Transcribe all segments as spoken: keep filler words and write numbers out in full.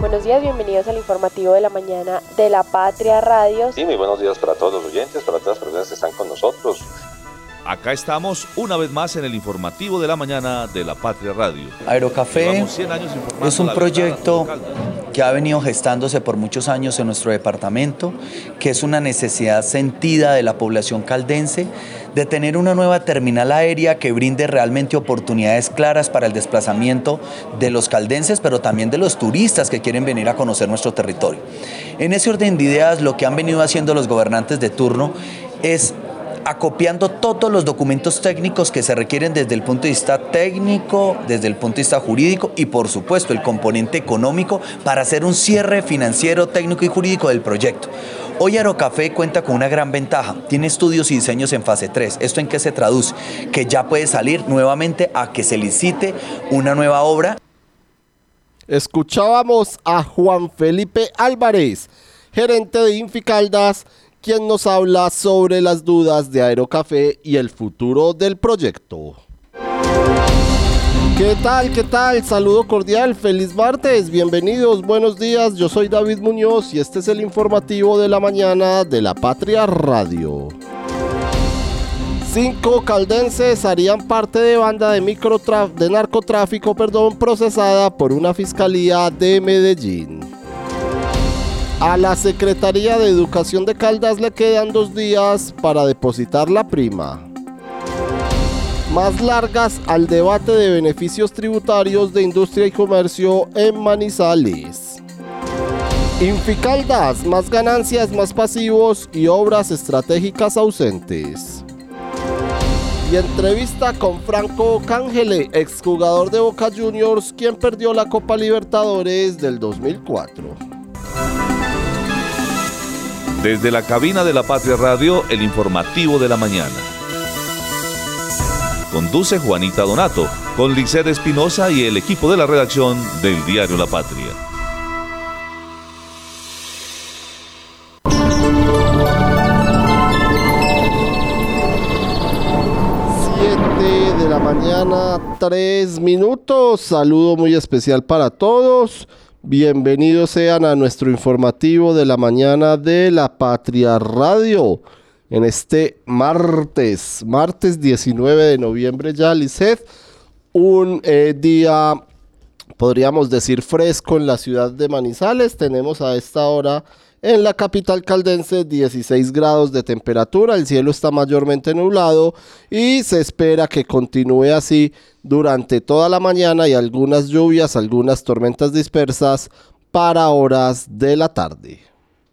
Buenos días, bienvenidos al informativo de la mañana de La Patria Radio. Sí, muy buenos días para todos los oyentes, para todas las personas que están con nosotros. Acá estamos una vez más en el informativo de la mañana de La Patria Radio. Aerocafé es un proyecto que ha venido gestándose por muchos años en nuestro departamento, que es una necesidad sentida de la población caldense de tener una nueva terminal aérea que brinde realmente oportunidades claras para el desplazamiento de los caldenses, pero también de los turistas que quieren venir a conocer nuestro territorio. En ese orden de ideas, lo que han venido haciendo los gobernantes de turno es acopiando todos los documentos técnicos que se requieren desde el punto de vista técnico, desde el punto de vista jurídico y por supuesto el componente económico para hacer un cierre financiero, técnico y jurídico del proyecto. Hoy Aerocafé cuenta con una gran ventaja, tiene estudios y diseños en fase tres. ¿Esto en qué se traduce? Que ya puede salir nuevamente a que se licite una nueva obra. Escuchábamos a Juan Felipe Álvarez, gerente de Inficaldas, quien nos habla sobre las dudas de Aerocafé y el futuro del proyecto. ¿Qué tal? ¿Qué tal? Saludo cordial, feliz martes, bienvenidos, buenos días, yo soy David Muñoz y este es el informativo de la mañana de La Patria Radio. Cinco caldenses harían parte de banda de, microtraf- de narcotráfico perdón, procesada por una fiscalía de Medellín. A la Secretaría de Educación de Caldas le quedan dos días para depositar la prima. Más largas al debate de beneficios tributarios de industria y comercio en Manizales. Inficaldas, más ganancias, más pasivos y obras estratégicas ausentes. Y entrevista con Franco Cángele, exjugador de Boca Juniors, quien perdió la Copa Libertadores del dos mil cuatro. Desde la cabina de La Patria Radio, el informativo de la mañana. Conduce Juanita Donato, con Licet Espinosa y el equipo de la redacción del diario La Patria. siete de la mañana, tres minutos. Saludo muy especial para todos. Bienvenidos sean a nuestro informativo de la mañana de La Patria Radio. En este martes, martes diecinueve de noviembre ya, Licet, un eh, día, podríamos decir, fresco en la ciudad de Manizales. Tenemos a esta hora en la capital caldense dieciséis grados de temperatura, el cielo está mayormente nublado y se espera que continúe así durante toda la mañana y algunas lluvias, algunas tormentas dispersas para horas de la tarde.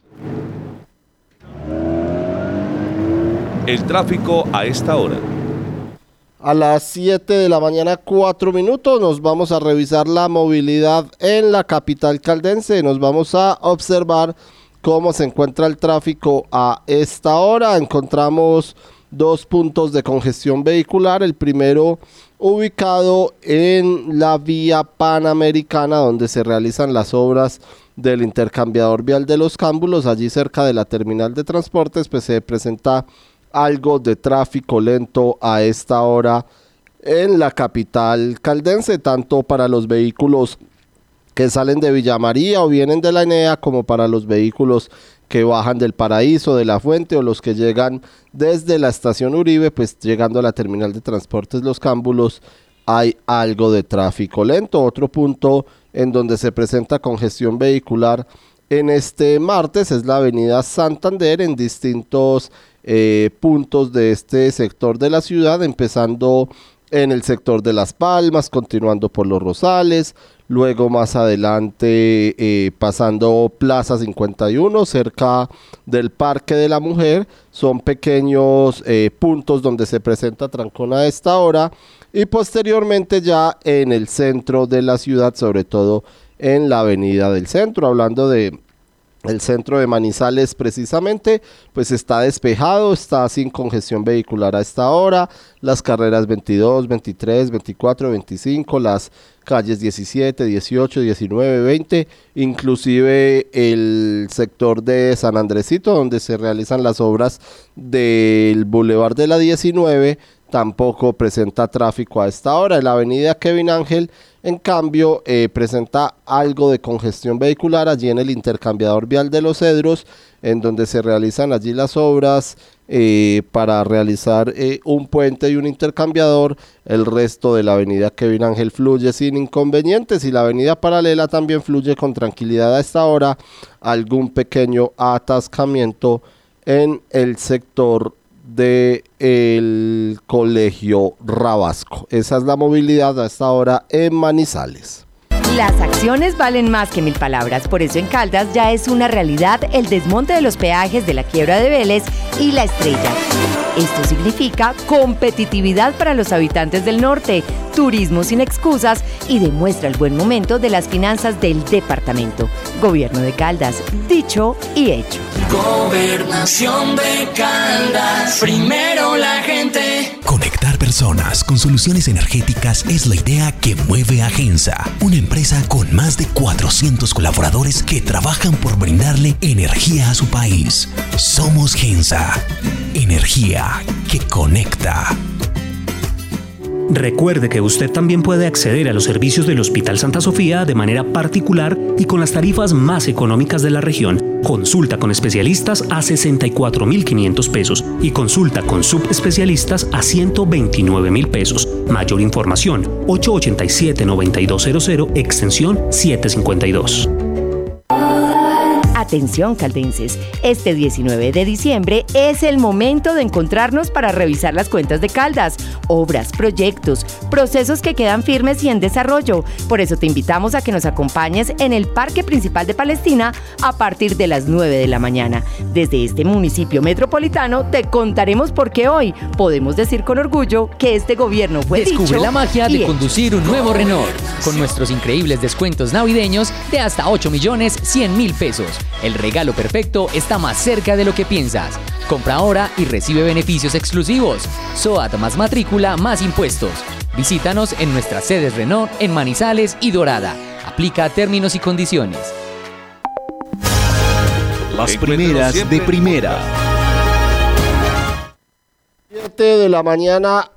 El tráfico a esta hora. A las siete de la mañana, cuatro minutos, nos vamos a revisar la movilidad en la capital caldense. Nos vamos a observar cómo se encuentra el tráfico a esta hora. Encontramos dos puntos de congestión vehicular. El primero ubicado en la vía Panamericana, donde se realizan las obras del intercambiador vial de Los Cámbulos. Allí cerca de la terminal de transportes, pues se presenta algo de tráfico lento a esta hora en la capital caldense, tanto para los vehículos que salen de Villa María o vienen de la Enea, como para los vehículos que bajan del Paraíso, de la Fuente, o los que llegan desde la estación Uribe, pues llegando a la terminal de transportes Los Cámbulos, hay algo de tráfico lento. Otro punto en donde se presenta congestión vehicular en este martes es la avenida Santander, en distintos eh, puntos de este sector de la ciudad, empezando en el sector de Las Palmas, continuando por Los Rosales, luego más adelante eh, pasando Plaza cincuenta y uno, cerca del Parque de la Mujer. Son pequeños eh, puntos donde se presenta trancón a esta hora, y posteriormente ya en el centro de la ciudad, sobre todo en la avenida del centro. Hablando de el centro de Manizales precisamente, pues está despejado, está sin congestión vehicular a esta hora. Las carreras veintidós, veintitrés, veinticuatro, veinticinco, las calles diecisiete, dieciocho, diecinueve, veinte, inclusive el sector de San Andresito, donde se realizan las obras del Boulevard de la diecinueve, tampoco presenta tráfico a esta hora. En la avenida Kevin Ángel, en cambio, eh, presenta algo de congestión vehicular allí en el intercambiador vial de Los Cedros, en donde se realizan allí las obras eh, para realizar eh, un puente y un intercambiador. El resto de la avenida Kevin Ángel fluye sin inconvenientes y la avenida Paralela también fluye con tranquilidad a esta hora. Algún pequeño atascamiento en el sector del Colegio Rabasco. Esa es la movilidad a esta hora en Manizales. Las acciones valen más que mil palabras, por eso en Caldas ya es una realidad el desmonte de los peajes de la Quiebra de Vélez y La Estrella. Esto significa competitividad para los habitantes del norte, turismo sin excusas y demuestra el buen momento de las finanzas del departamento. Gobierno de Caldas, dicho y hecho. Gobernación de Caldas, primero la gente. Conectar personas con soluciones energéticas es la idea que mueve a Gensa, una empresa con más de cuatrocientos colaboradores que trabajan por brindarle energía a su país. Somos Gensa, energía que conecta. Recuerde que usted también puede acceder a los servicios del Hospital Santa Sofía de manera particular y con las tarifas más económicas de la región. Consulta con especialistas a sesenta y cuatro mil quinientos pesos y consulta con subespecialistas a ciento veintinueve mil pesos. Mayor información, ocho ocho siete, nueve dos cero cero, extensión setecientos cincuenta y dos. Atención caldenses, este diecinueve de diciembre es el momento de encontrarnos para revisar las cuentas de Caldas, obras, proyectos, procesos que quedan firmes y en desarrollo. Por eso te invitamos a que nos acompañes en el Parque Principal de Palestina a partir de las nueve de la mañana. Desde este municipio metropolitano te contaremos por qué hoy podemos decir con orgullo que este gobierno fue Descubre dicho la magia de y conducir un nuevo Renault con nuestros increíbles descuentos navideños de hasta ocho millones cien mil pesos. El regalo perfecto está más cerca de lo que piensas. Compra ahora y recibe beneficios exclusivos. SOAT más matrícula más impuestos. Visítanos en nuestras sedes Renault en Manizales y Dorada. Aplica términos y condiciones. Las primeras de primera. siete de la mañana,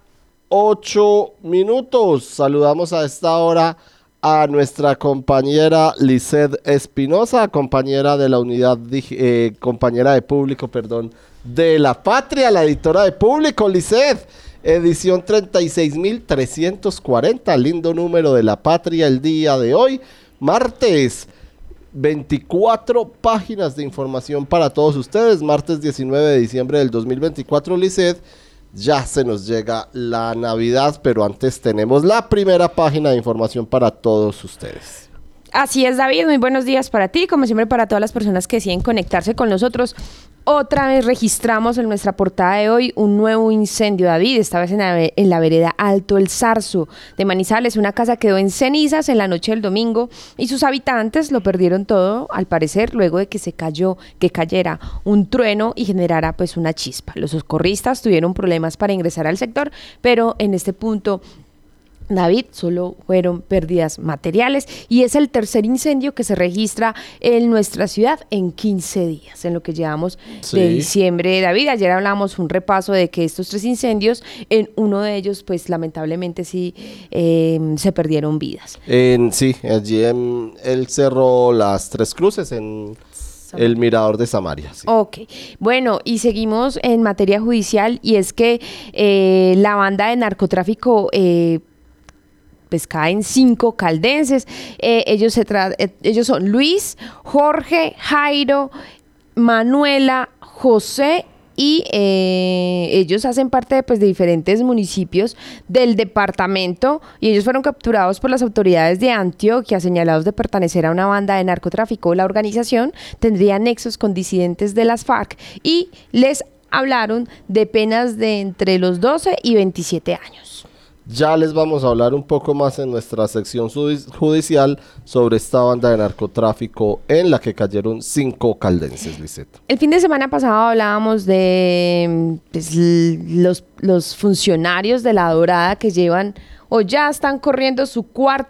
ocho minutos. Saludamos a esta hora a nuestra compañera Lizeth Espinosa, compañera de la unidad, eh, compañera de público, perdón, de La Patria, la editora de público. Lizeth, edición treinta y seis mil trescientos cuarenta, lindo número de La Patria el día de hoy, martes, veinticuatro páginas de información para todos ustedes, martes diecinueve de diciembre del dos mil veinticuatro, Lizeth. Ya se nos llega la Navidad, pero antes tenemos la primera página de información para todos ustedes. Así es, David, muy buenos días para ti, como siempre para todas las personas que deciden conectarse con nosotros. Otra vez registramos en nuestra portada de hoy un nuevo incendio, David, esta vez en la, en la vereda Alto El Zarzo de Manizales. Una casa quedó en cenizas en la noche del domingo y sus habitantes lo perdieron todo, al parecer, luego de que se cayó, que cayera un trueno y generara pues una chispa. Los socorristas tuvieron problemas para ingresar al sector, pero en este punto, David, solo fueron pérdidas materiales y es el tercer incendio que se registra en nuestra ciudad en quince días, en lo que llevamos sí. de diciembre. David, ayer hablamos un repaso de que estos tres incendios, en uno de ellos, pues lamentablemente sí eh, se perdieron vidas. En, sí, allí en el cerro Las Tres Cruces, en el mirador de Samaria. Sí. Ok, bueno, y seguimos en materia judicial y es que eh, la banda de narcotráfico eh, pues caen cinco caldenses. Eh, ellos, se tra- eh, ellos son Luis, Jorge, Jairo, Manuela, José y eh, ellos hacen parte pues, de diferentes municipios del departamento y ellos fueron capturados por las autoridades de Antioquia señalados de pertenecer a una banda de narcotráfico. La organización tendría nexos con disidentes de las FARC y les hablaron de penas de entre los doce y veintisiete años. Ya les vamos a hablar un poco más en nuestra sección judicial sobre esta banda de narcotráfico en la que cayeron cinco caldenses, Lizeth. El fin de semana pasado hablábamos de pues, los, los funcionarios de La Dorada que llevan o ya están corriendo su cuarta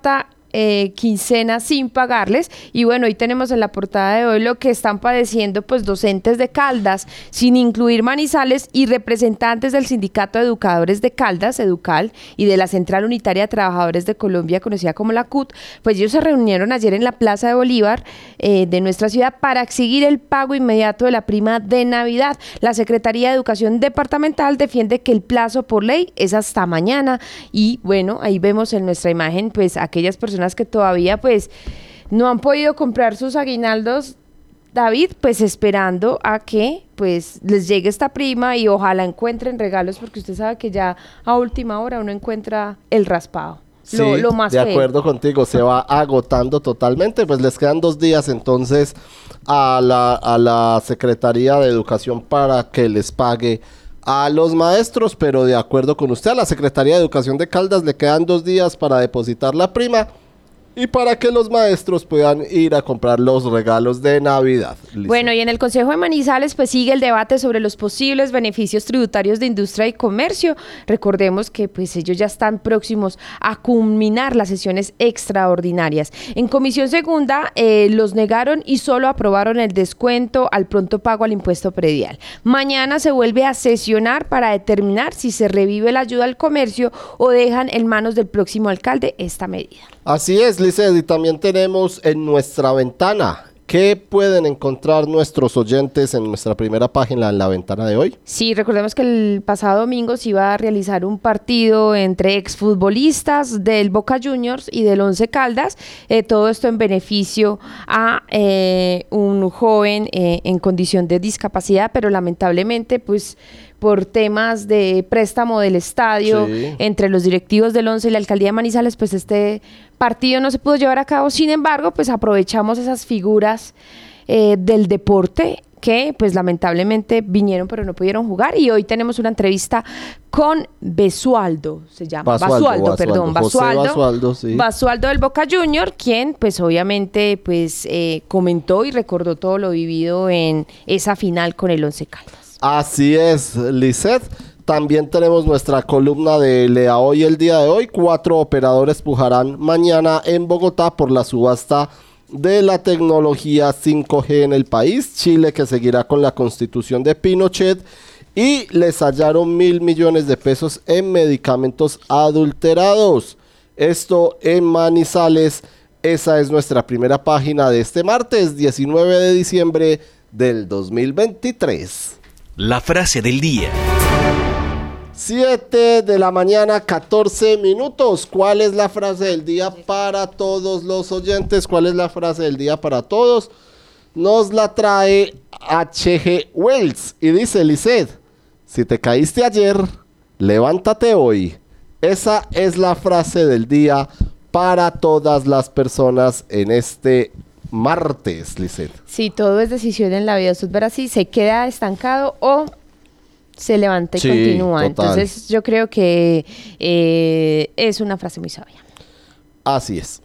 eh, quincena sin pagarles. Y bueno, hoy tenemos en la portada de hoy lo que están padeciendo pues docentes de Caldas, sin incluir Manizales, y representantes del Sindicato de Educadores de Caldas, Educal, y de la Central Unitaria de Trabajadores de Colombia, conocida como la C U T. Pues ellos se reunieron ayer en la Plaza de Bolívar eh, de nuestra ciudad para exigir el pago inmediato de la prima de Navidad. La Secretaría de Educación Departamental defiende que el plazo por ley es hasta mañana. Y bueno, ahí vemos en nuestra imagen pues aquellas personas que todavía pues no han podido comprar sus aguinaldos, David, pues esperando a que pues les llegue esta prima y ojalá encuentren regalos, porque usted sabe que ya a última hora uno encuentra el raspado. Sí, lo, lo más de feo. acuerdo contigo, se va agotando totalmente. Pues les quedan dos días entonces a la, a la Secretaría de Educación para que les pague a los maestros, pero de acuerdo con usted, a la Secretaría de Educación de Caldas le quedan dos días para depositar la prima y para que los maestros puedan ir a comprar los regalos de Navidad. Listo. Bueno, y en el Consejo de Manizales pues sigue el debate sobre los posibles beneficios tributarios de industria y comercio. Recordemos que pues ellos ya están próximos a culminar las sesiones extraordinarias. En Comisión Segunda eh, los negaron y solo aprobaron el descuento al pronto pago al impuesto predial. Mañana se vuelve a sesionar para determinar si se revive la ayuda al comercio o dejan en manos del próximo alcalde esta medida. Así es, Liced, y también tenemos en nuestra ventana. ¿Qué pueden encontrar nuestros oyentes en nuestra primera página, en la ventana de hoy? Sí, recordemos que el pasado domingo se iba a realizar un partido entre exfutbolistas del Boca Juniors y del Once Caldas, eh, todo esto en beneficio a eh, un joven eh, en condición de discapacidad, pero lamentablemente pues por temas de préstamo del estadio sí. entre los directivos del Once y la Alcaldía de Manizales, pues este partido no se pudo llevar a cabo. Sin embargo, pues aprovechamos esas figuras eh, del deporte que pues lamentablemente vinieron pero no pudieron jugar, y hoy tenemos una entrevista con Basualdo, se llama Basualdo, Basualdo, Basualdo perdón, José Basualdo, Basualdo, sí. Basualdo del Boca Junior, quien pues obviamente pues eh, comentó y recordó todo lo vivido en esa final con el Once Caldas. Así es, Liced. También tenemos nuestra columna de Lea Hoy el día de hoy. Cuatro operadores pujarán mañana en Bogotá por la subasta de la tecnología cinco G en el país. Chile, que seguirá con la constitución de Pinochet, y les hallaron mil millones de pesos en medicamentos adulterados. Esto en Manizales. Esa es nuestra primera página de este martes diecinueve de diciembre del dos mil veintitrés. La frase del día. siete de la mañana, catorce minutos. ¿Cuál es la frase del día para todos los oyentes? ¿Cuál es la frase del día para todos? Nos la trae H G Wells y dice: Liced, si te caíste ayer, levántate hoy. Esa es la frase del día para todas las personas en este martes, Liced. Sí, todo es decisión en la vida. Usted verá si se queda estancado o se levanta y sí, continúa. Total. Entonces yo creo que eh, es una frase muy sabia. Así es.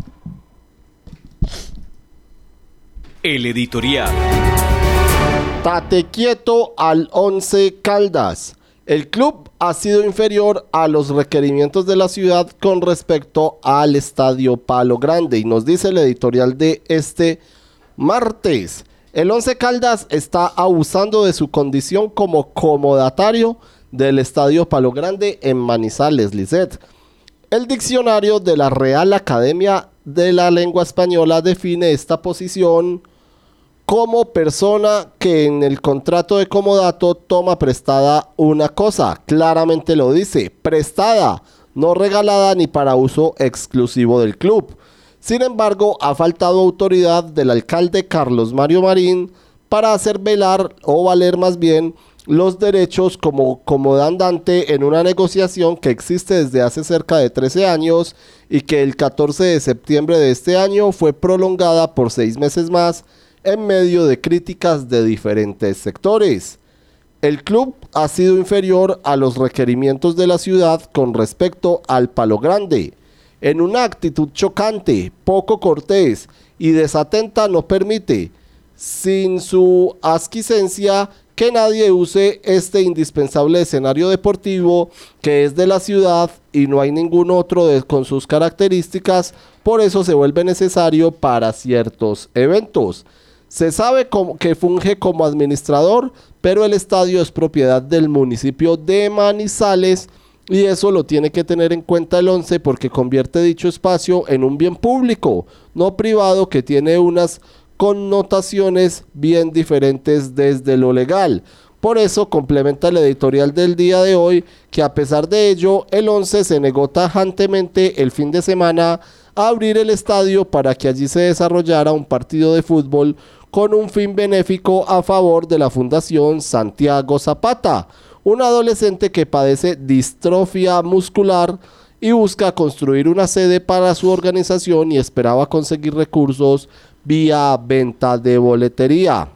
El editorial. Tate quieto al Once Caldas. El club ha sido inferior a los requerimientos de la ciudad con respecto al Estadio Palo Grande, y nos dice el editorial de este martes: el Once Caldas está abusando de su condición como comodatario del Estadio Palo Grande en Manizales, Liced. El diccionario de la Real Academia de la Lengua Española define esta posición como persona que en el contrato de comodato toma prestada una cosa. Claramente lo dice, prestada, no regalada ni para uso exclusivo del club. Sin embargo, ha faltado autoridad del alcalde Carlos Mario Marín para hacer velar, o valer más bien, los derechos como comodandante en una negociación que existe desde hace cerca de trece años y que el catorce de septiembre de este año fue prolongada por seis meses más en medio de críticas de diferentes sectores. El club ha sido inferior a los requerimientos de la ciudad con respecto al Palo Grande. En una actitud chocante, poco cortés y desatenta, no permite, sin su asquiescencia, que nadie use este indispensable escenario deportivo que es de la ciudad y no hay ningún otro de, con sus características, por eso se vuelve necesario para ciertos eventos. Se sabe como, que funge como administrador, pero el estadio es propiedad del municipio de Manizales y eso lo tiene que tener en cuenta el once porque convierte dicho espacio en un bien público, no privado, que tiene unas connotaciones bien diferentes desde lo legal. Por eso complementa el editorial del día de hoy que a pesar de ello el once se negó tajantemente el fin de semana a abrir el estadio para que allí se desarrollara un partido de fútbol con un fin benéfico a favor de la Fundación Santiago Zapata, un adolescente que padece distrofia muscular y busca construir una sede para su organización y esperaba conseguir recursos vía venta de boletería.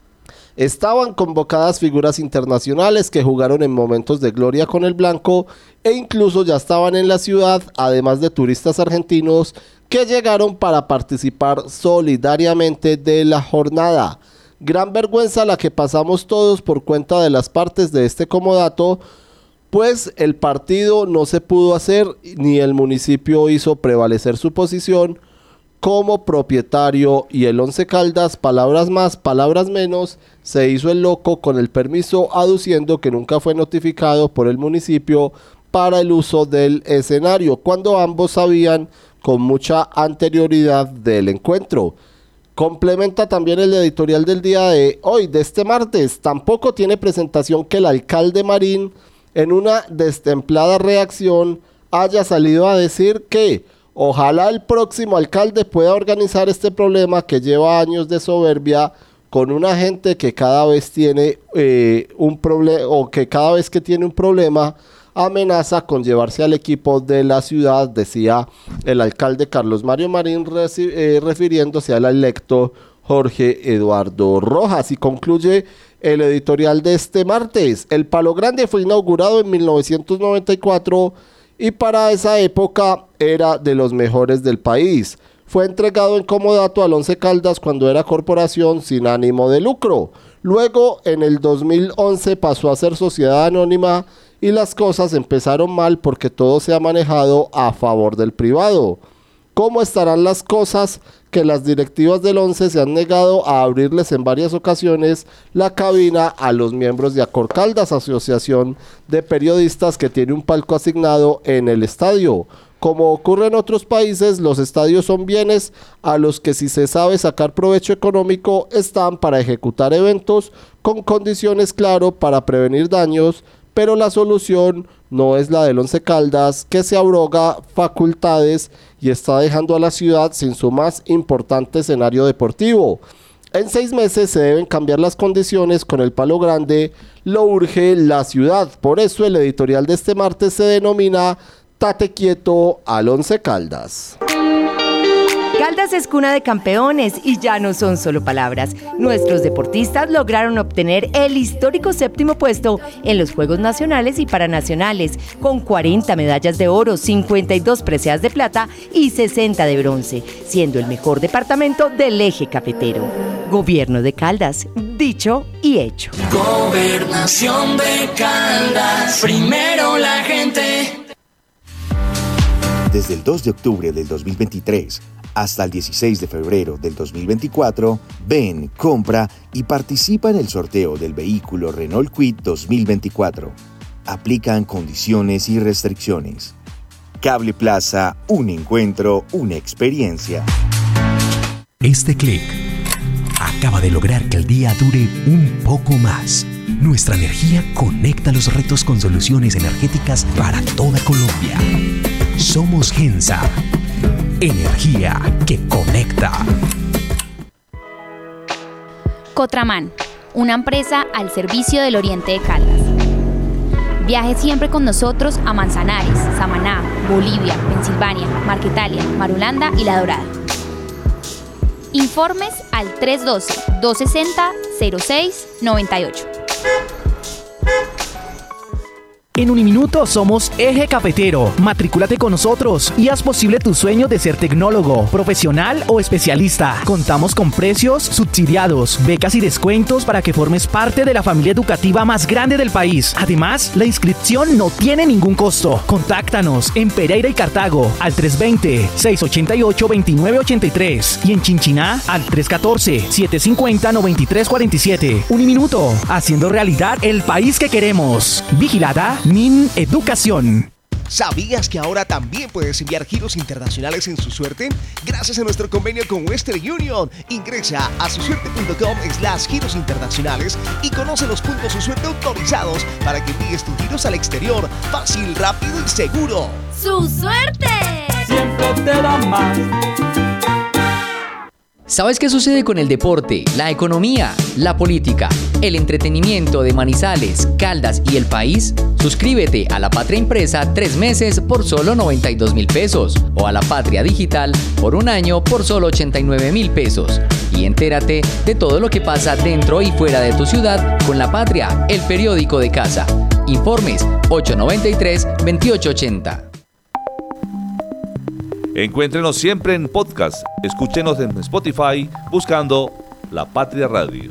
Estaban convocadas figuras internacionales que jugaron en momentos de gloria con el blanco e incluso ya estaban en la ciudad, además de turistas argentinos que llegaron para participar solidariamente de la jornada. Gran vergüenza la que pasamos todos por cuenta de las partes de este comodato, pues el partido no se pudo hacer ni el municipio hizo prevalecer su posición como propietario y el Once Caldas, palabras más, palabras menos, se hizo el loco con el permiso aduciendo que nunca fue notificado por el municipio para el uso del escenario, cuando ambos sabían con mucha anterioridad del encuentro. Complementa también el editorial del día de hoy, de este martes. Tampoco tiene presentación que el alcalde Marín, en una destemplada reacción, haya salido a decir que ojalá el próximo alcalde pueda organizar este problema que lleva años de soberbia con una gente que cada vez tiene eh, un problema o que cada vez que tiene un problema amenaza con llevarse al equipo de la ciudad, decía el alcalde Carlos Mario Marín reci- eh, refiriéndose al electo Jorge Eduardo Rojas. Y concluye el editorial de este martes. El Palo Grande fue inaugurado en mil novecientos noventa y cuatro y para esa época era de los mejores del país. Fue entregado en comodato al Once Caldas cuando era corporación sin ánimo de lucro. Luego, en el dos mil once pasó a ser sociedad anónima y las cosas empezaron mal porque todo se ha manejado a favor del privado. ¿Cómo estarán las cosas que las directivas del once se han negado a abrirles en varias ocasiones la cabina a los miembros de Acorcaldas, asociación de periodistas que tiene un palco asignado en el estadio? Como ocurre en otros países, los estadios son bienes a los que si se sabe sacar provecho económico están para ejecutar eventos con condiciones, claro, para prevenir daños, pero la solución no es la del Once Caldas, que se abroga facultades y está dejando a la ciudad sin su más importante escenario deportivo. En seis meses se deben cambiar las condiciones con el Palo Grande, lo urge la ciudad. Por eso el editorial de este martes se denomina Tate quieto al Once Caldas. Caldas es cuna de campeones y ya no son solo palabras. Nuestros deportistas lograron obtener el histórico séptimo puesto en los Juegos Nacionales y Paranacionales, con cuarenta medallas de oro, cincuenta y dos preseas de plata y sesenta de bronce, siendo el mejor departamento del eje cafetero. Gobierno de Caldas, dicho y hecho. Gobernación de Caldas, primero la gente. Desde el dos de octubre del dos mil veintitrés hasta el dieciséis de febrero del dos mil veinticuatro, ven, compra y participa en el sorteo del vehículo Renault Kwid dos mil veinticuatro. Aplican condiciones y restricciones. Cable Plaza, un encuentro, una experiencia. Este clic acaba de lograr que el día dure un poco más. Nuestra energía conecta los retos con soluciones energéticas para toda Colombia. Somos Gensa. Energía que conecta. Cotraman, una empresa al servicio del Oriente de Caldas. Viaje siempre con nosotros a Manzanares, Samaná, Bolivia, Pensilvania, Marquetalia, Marulanda y La Dorada. Informes al tres uno dos, dos seis cero, cero seis nueve ocho. En Uniminuto somos Eje Cafetero. Matricúlate con nosotros y haz posible tu sueño de ser tecnólogo, profesional o especialista. Contamos con precios subsidiados, becas y descuentos para que formes parte de la familia educativa más grande del país. Además, la inscripción no tiene ningún costo. Contáctanos en Pereira y Cartago al tres dos cero, seis ocho ocho, dos nueve ocho tres y en Chinchiná al tres uno cuatro, siete cinco cero, nueve tres cuatro siete. Uniminuto, haciendo realidad el país que queremos. Vigilada Min Educación. ¿Sabías que ahora también puedes enviar giros internacionales en Su Suerte? Gracias a nuestro convenio con Western Union. Ingresa a susuerte.com slash giros internacionales y conoce los puntos Su Suerte autorizados para que envíes tus giros al exterior. Fácil, rápido y seguro. ¡Su Suerte! Siempre te da más. ¿Sabes qué sucede con el deporte, la economía, la política, el entretenimiento de Manizales, Caldas y el país? Suscríbete a La Patria Impresa tres meses por solo noventa y dos mil pesos o a La Patria Digital por un año por solo ochenta y nueve mil pesos. Y entérate de todo lo que pasa dentro y fuera de tu ciudad con La Patria, el periódico de casa. Informes ocho nueve tres, veintiocho ochenta. Encuéntrenos siempre en podcast. Escúchenos en Spotify buscando La Patria Radio.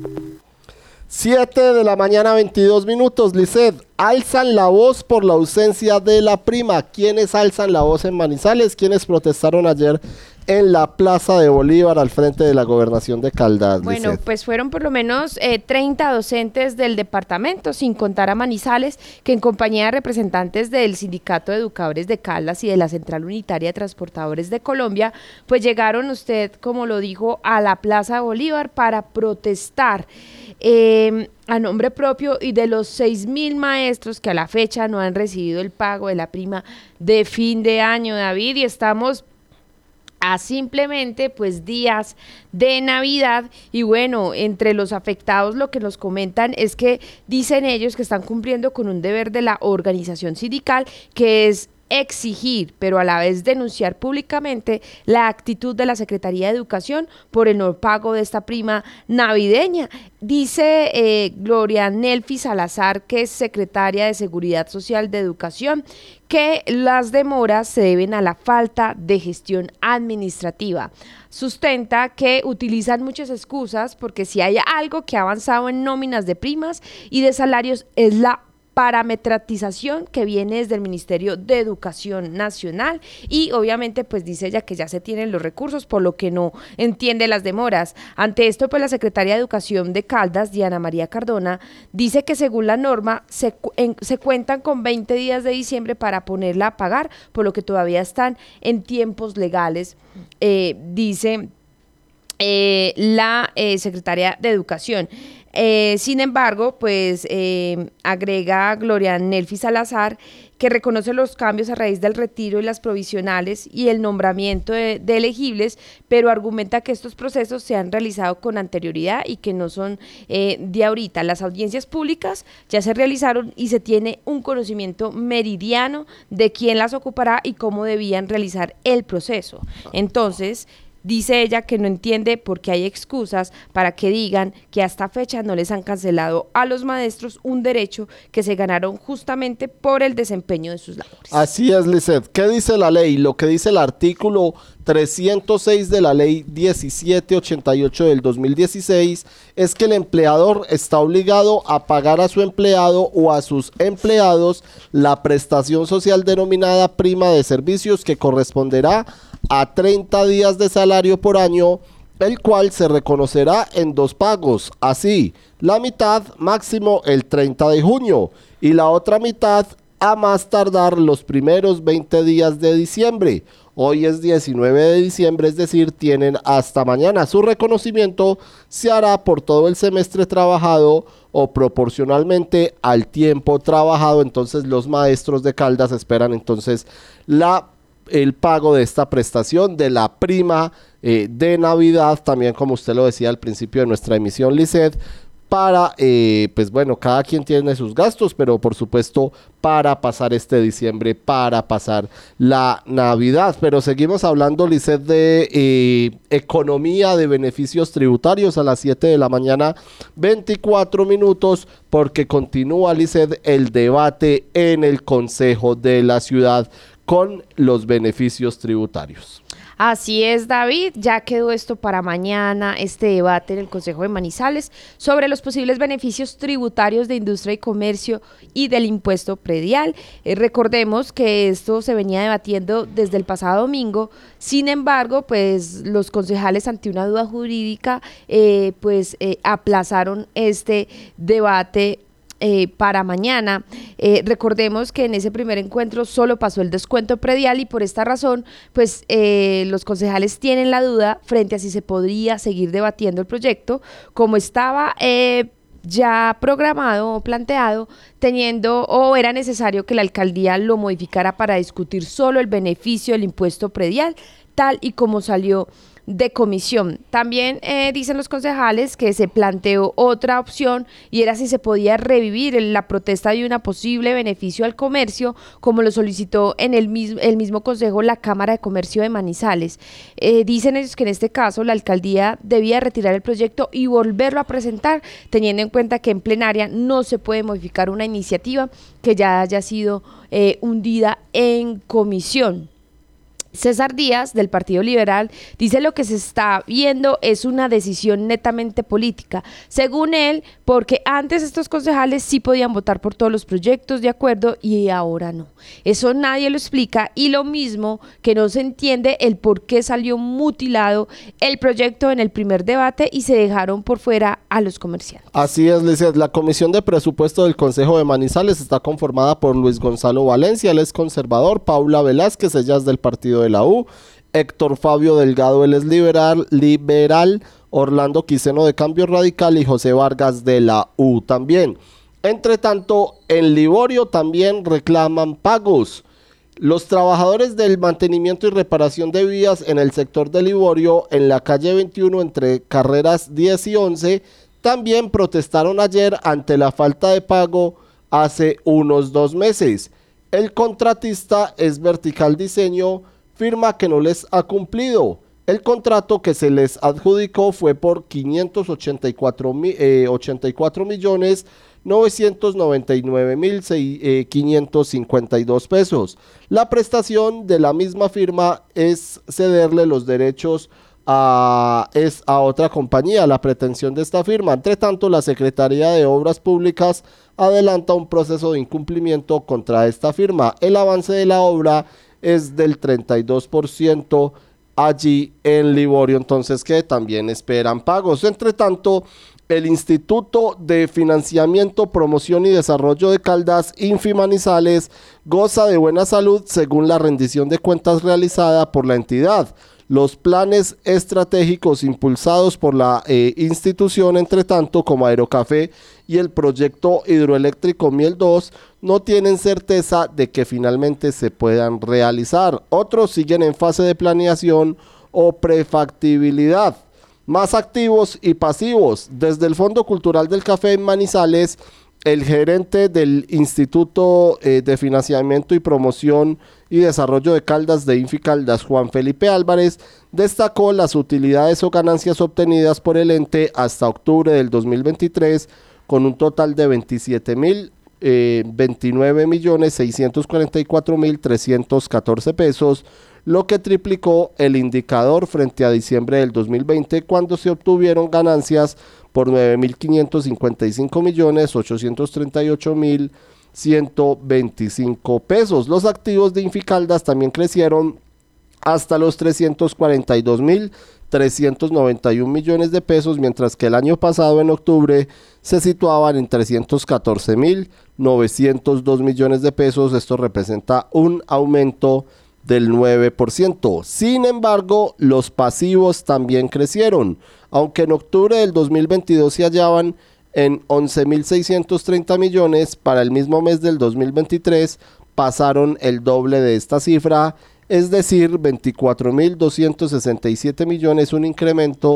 siete de la mañana, veintidós minutos. Lisset, alzan la voz por la ausencia de la prima. ¿Quiénes alzan la voz en Manizales? ¿Quiénes protestaron ayer en la Plaza de Bolívar al frente de la Gobernación de Caldas? Bueno, Lisset, pues fueron por lo menos eh, treinta docentes del departamento, sin contar a Manizales, que en compañía de representantes del Sindicato de Educadores de Caldas y de la Central Unitaria de Transportadores de Colombia, pues llegaron, usted como lo dijo, a la Plaza de Bolívar para protestar eh, a nombre propio y de los seis mil maestros que a la fecha no han recibido el pago de la prima de fin de año, David, y estamos a simplemente pues días de Navidad. Y bueno, entre los afectados lo que nos comentan es que dicen ellos que están cumpliendo con un deber de la organización sindical, que es exigir, pero a la vez denunciar públicamente la actitud de la Secretaría de Educación por el no pago de esta prima navideña. Dice eh, Gloria Nelfi Salazar, que es secretaria de Seguridad Social de Educación, que las demoras se deben a la falta de gestión administrativa. Sustenta que utilizan muchas excusas porque si hay algo que ha avanzado en nóminas de primas y de salarios es la parametratización que viene desde el Ministerio de Educación Nacional, y obviamente pues dice ella que ya se tienen los recursos, por lo que no entiende las demoras. Ante esto pues la secretaria de Educación de Caldas, Diana María Cardona, dice que según la norma se, en, se cuentan con veinte días de diciembre para ponerla a pagar, por lo que todavía están en tiempos legales, eh, dice eh, la eh, secretaria de Educación. Eh, sin embargo, pues eh, agrega Gloria Nelfi Salazar que reconoce los cambios a raíz del retiro y las provisionales y el nombramiento de, de elegibles, pero argumenta que estos procesos se han realizado con anterioridad y que no son eh, de ahorita. Las audiencias públicas ya se realizaron y se tiene un conocimiento meridiano de quién las ocupará y cómo debían realizar el proceso. Entonces, dice ella que no entiende por qué hay excusas para que digan que hasta fecha no les han cancelado a los maestros un derecho que se ganaron justamente por el desempeño de sus labores. Así es, Lisset. ¿Qué dice la ley? Lo que dice el artículo trescientos seis de la ley diecisiete ochenta y ocho del dos mil dieciséis es que el empleador está obligado a pagar a su empleado o a sus empleados la prestación social denominada prima de servicios, que corresponderá a treinta días de salario por año, el cual se reconocerá en dos pagos, así, la mitad máximo el treinta de junio y la otra mitad a más tardar los primeros veinte días de diciembre. Hoy es diecinueve de diciembre, es decir, tienen hasta mañana. Su reconocimiento se hará por todo el semestre trabajado o proporcionalmente al tiempo trabajado. Entonces los maestros de Caldas esperan entonces la el pago de esta prestación de la prima eh, de Navidad, también como usted lo decía al principio de nuestra emisión, Lisset, para, eh, pues bueno, cada quien tiene sus gastos, pero por supuesto para pasar este diciembre, para pasar la Navidad. Pero seguimos hablando, Lisset, de eh, economía, de beneficios tributarios a las siete de la mañana, veinticuatro minutos, porque continúa, Lisset, el debate en el Consejo de la Ciudad con los beneficios tributarios. Así es, David, ya quedó esto para mañana, este debate en el Consejo de Manizales sobre los posibles beneficios tributarios de industria y comercio y del impuesto predial. Eh, recordemos que esto se venía debatiendo desde el pasado domingo, sin embargo, pues los concejales, ante una duda jurídica, eh, pues eh, aplazaron este debate Eh, para mañana. Eh, recordemos que en ese primer encuentro solo pasó el descuento predial y por esta razón pues eh, los concejales tienen la duda frente a si se podría seguir debatiendo el proyecto como estaba eh, ya programado o planteado, teniendo o era necesario que la alcaldía lo modificara para discutir solo el beneficio del impuesto predial, tal y como salió de comisión. También eh, dicen los concejales que se planteó otra opción y era si se podía revivir la protesta de un posible beneficio al comercio, como lo solicitó en el mismo, el mismo consejo la Cámara de Comercio de Manizales. Eh, dicen ellos que en este caso la alcaldía debía retirar el proyecto y volverlo a presentar, teniendo en cuenta que en plenaria no se puede modificar una iniciativa que ya haya sido eh, hundida en comisión. César Díaz, del Partido Liberal, dice lo que se está viendo es una decisión netamente política, según él, porque antes estos concejales sí podían votar por todos los proyectos de acuerdo y ahora no. Eso nadie lo explica y lo mismo que no se entiende el por qué salió mutilado el proyecto en el primer debate y se dejaron por fuera a los comerciantes. Así es, Lizeth. La Comisión de Presupuesto del Consejo de Manizales está conformada por Luis Gonzalo Valencia, él es conservador, Paula Velázquez, ella es del Partido de la U, Héctor Fabio Delgado, él es liberal, liberal, Orlando Quiseno de Cambio Radical y José Vargas de la U también. Entre tanto, en Liborio también reclaman pagos. Los trabajadores del mantenimiento y reparación de vías en el sector de Liborio, en la calle veintiuno entre carreras diez y once, también protestaron ayer ante la falta de pago hace unos dos meses. El contratista es Vertical Diseño, firma que no les ha cumplido. El contrato que se les adjudicó fue por quinientos ochenta y cuatro millones novecientos noventa y nueve mil quinientos cincuenta y dos pesos. La prestación de la misma firma es cederle los derechos a, es a otra compañía, la pretensión de esta firma. Entre tanto, la Secretaría de Obras Públicas adelanta un proceso de incumplimiento contra esta firma. El avance de la obra es del treinta y dos por ciento allí en Liborio, entonces que también esperan pagos. Entre tanto, el Instituto de Financiamiento, Promoción y Desarrollo de Caldas, Infimanizales, goza de buena salud según la rendición de cuentas realizada por la entidad. Los planes estratégicos impulsados por la eh, institución, entre tanto, como Aerocafé y el proyecto hidroeléctrico Miel dos, no tienen certeza de que finalmente se puedan realizar. Otros siguen en fase de planeación o prefactibilidad. Más activos y pasivos. Desde el Fondo Cultural del Café en Manizales, el gerente del Instituto eh, de Financiamiento y Promoción y Desarrollo de Caldas de Inficaldas, Juan Felipe Álvarez, destacó las utilidades o ganancias obtenidas por el ente hasta octubre del dos mil veintitrés, con un total de veintisiete mil veintinueve millones seiscientos cuarenta y cuatro mil trescientos catorce pesos, lo que triplicó el indicador frente a diciembre del dos mil veinte, cuando se obtuvieron ganancias por nueve mil quinientos cincuenta y cinco millones ochocientos treinta y ocho mil ciento veinticinco pesos. Los activos de Inficaldas también crecieron hasta los trescientos cuarenta y dos mil trescientos noventa y un millones de pesos, mientras que el año pasado en octubre se situaban en trescientos catorce mil novecientos dos millones de pesos. Esto representa un aumento del nueve por ciento. Sin embargo, los pasivos también crecieron, aunque en octubre del dos mil veintidós se hallaban en once mil seiscientos treinta millones, para el mismo mes del dos mil veintitrés pasaron el doble de esta cifra, es decir, veinticuatro mil doscientos sesenta y siete millones, un incremento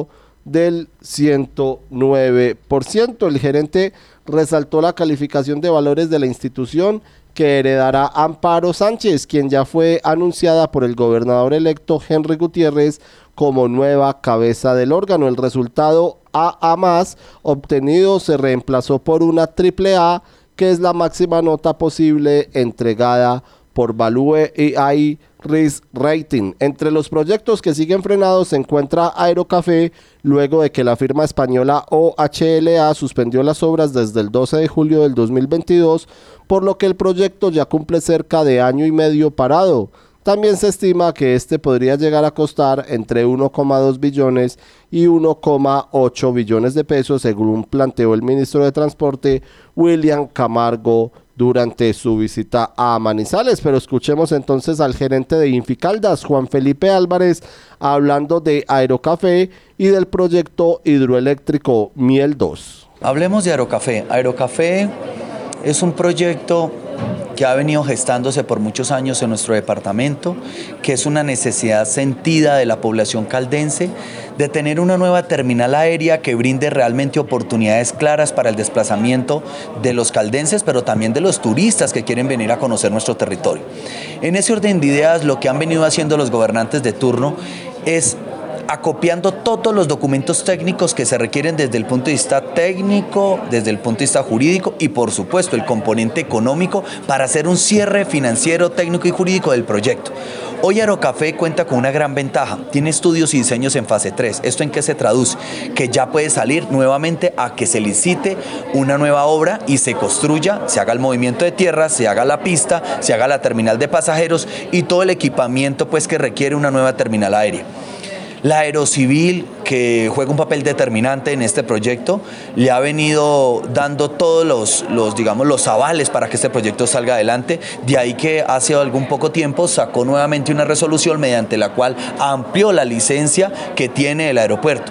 del ciento nueve por ciento. El gerente resaltó la calificación de valores de la institución que heredará Amparo Sánchez, quien ya fue anunciada por el gobernador electo Henry Gutiérrez como nueva cabeza del órgano. El resultado A A más obtenido se reemplazó por una triple A, que es la máxima nota posible entregada por Value A I Risk Rating. Entre los proyectos que siguen frenados se encuentra Aerocafé, luego de que la firma española O H L A suspendió las obras desde el doce de julio del dos mil veintidós, por lo que el proyecto ya cumple cerca de año y medio parado. También se estima que este podría llegar a costar entre uno coma dos billones y uno coma ocho billones de pesos, según planteó el ministro de Transporte William Camargo durante su visita a Manizales. Pero escuchemos entonces al gerente de Inficaldas, Juan Felipe Álvarez, hablando de Aerocafé y del proyecto hidroeléctrico Miel dos. Hablemos de Aerocafé. Aerocafé es un proyecto que ha venido gestándose por muchos años en nuestro departamento, que es una necesidad sentida de la población caldense de tener una nueva terminal aérea que brinde realmente oportunidades claras para el desplazamiento de los caldenses, pero también de los turistas que quieren venir a conocer nuestro territorio. En ese orden de ideas, lo que han venido haciendo los gobernantes de turno es acopiando todos los documentos técnicos que se requieren desde el punto de vista técnico, desde el punto de vista jurídico y por supuesto el componente económico para hacer un cierre financiero, técnico y jurídico del proyecto. Hoy Aerocafé cuenta con una gran ventaja, tiene estudios y diseños en fase tres. ¿Esto en qué se traduce? Que ya puede salir nuevamente a que se licite una nueva obra y se construya, se haga el movimiento de tierra, se haga la pista, se haga la terminal de pasajeros y todo el equipamiento pues que requiere una nueva terminal aérea. La Aerocivil, que juega un papel determinante en este proyecto, le ha venido dando todos los, los, digamos, los avales para que este proyecto salga adelante. De ahí que hace algún poco tiempo sacó nuevamente una resolución mediante la cual amplió la licencia que tiene el aeropuerto.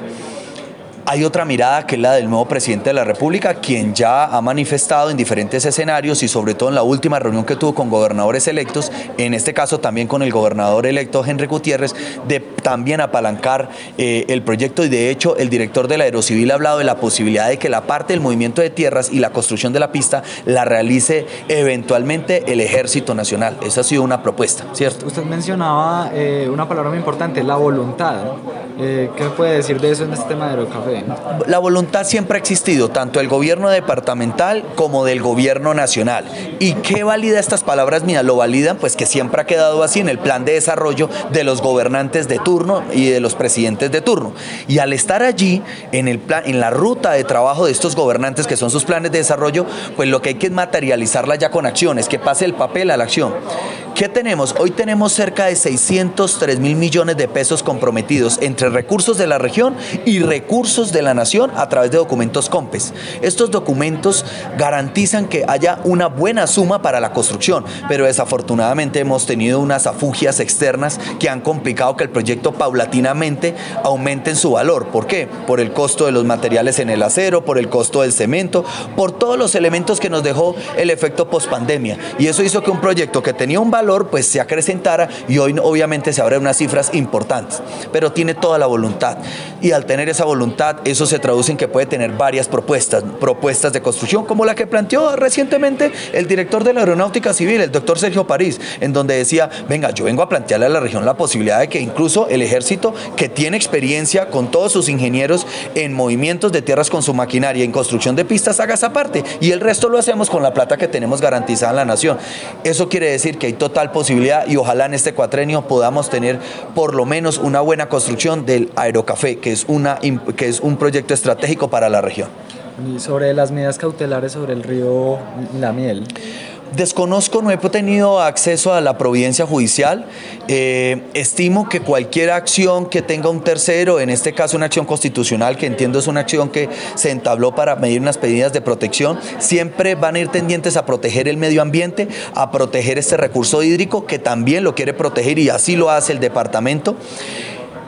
Hay otra mirada que es la del nuevo presidente de la República, quien ya ha manifestado en diferentes escenarios y sobre todo en la última reunión que tuvo con gobernadores electos, en este caso también con el gobernador electo Henry Gutiérrez, de también apalancar eh, el proyecto, y de hecho el director de la Aerocivil ha hablado de la posibilidad de que la parte del movimiento de tierras y la construcción de la pista la realice eventualmente el Ejército Nacional. Esa ha sido una propuesta, ¿cierto? Usted mencionaba eh, una palabra muy importante, la voluntad. Eh, ¿Qué puede decir de eso en este tema de Aerocafé? La voluntad siempre ha existido, tanto del gobierno departamental como del gobierno nacional. ¿Y qué valida estas palabras mías? Lo validan pues que siempre ha quedado así en el plan de desarrollo de los gobernantes de turno y de los presidentes de turno. Y al estar allí, en, el plan, en la ruta de trabajo de estos gobernantes, que son sus planes de desarrollo, pues lo que hay que es materializarla ya con acciones, que pase el papel a la acción. ¿Qué tenemos? Hoy tenemos cerca de seiscientos tres mil millones de pesos comprometidos entre recursos de la región y recursos de la nación a través de documentos COMPES. Estos documentos garantizan que haya una buena suma para la construcción, pero desafortunadamente hemos tenido unas afugias externas que han complicado que el proyecto paulatinamente aumente en su valor. ¿Por qué? Por el costo de los materiales en el acero, por el costo del cemento, por todos los elementos que nos dejó el efecto pospandemia. Y eso hizo que un proyecto que tenía un valor pues se acrecentara y hoy obviamente se abren unas cifras importantes, pero tiene toda la voluntad, y al tener esa voluntad eso se traduce en que puede tener varias propuestas, propuestas de construcción como la que planteó recientemente el director de la Aeronáutica Civil, el doctor Sergio París, en donde decía, venga, yo vengo a plantearle a la región la posibilidad de que incluso el ejército, que tiene experiencia con todos sus ingenieros en movimientos de tierras con su maquinaria, en construcción de pistas, haga esa parte, y el resto lo hacemos con la plata que tenemos garantizada en la nación. Eso quiere decir que hay total posibilidad y ojalá en este cuatrenio podamos tener por lo menos una buena construcción del Aerocafé, que es, una, que es un proyecto estratégico para la región. Y sobre las medidas cautelares sobre el río La Miel. Desconozco, no he tenido acceso a la providencia judicial. Eh, estimo que cualquier acción que tenga un tercero, en este caso una acción constitucional, que entiendo es una acción que se entabló para medir unas medidas de protección, siempre van a ir tendientes a proteger el medio ambiente, a proteger este recurso hídrico que también lo quiere proteger y así lo hace el departamento.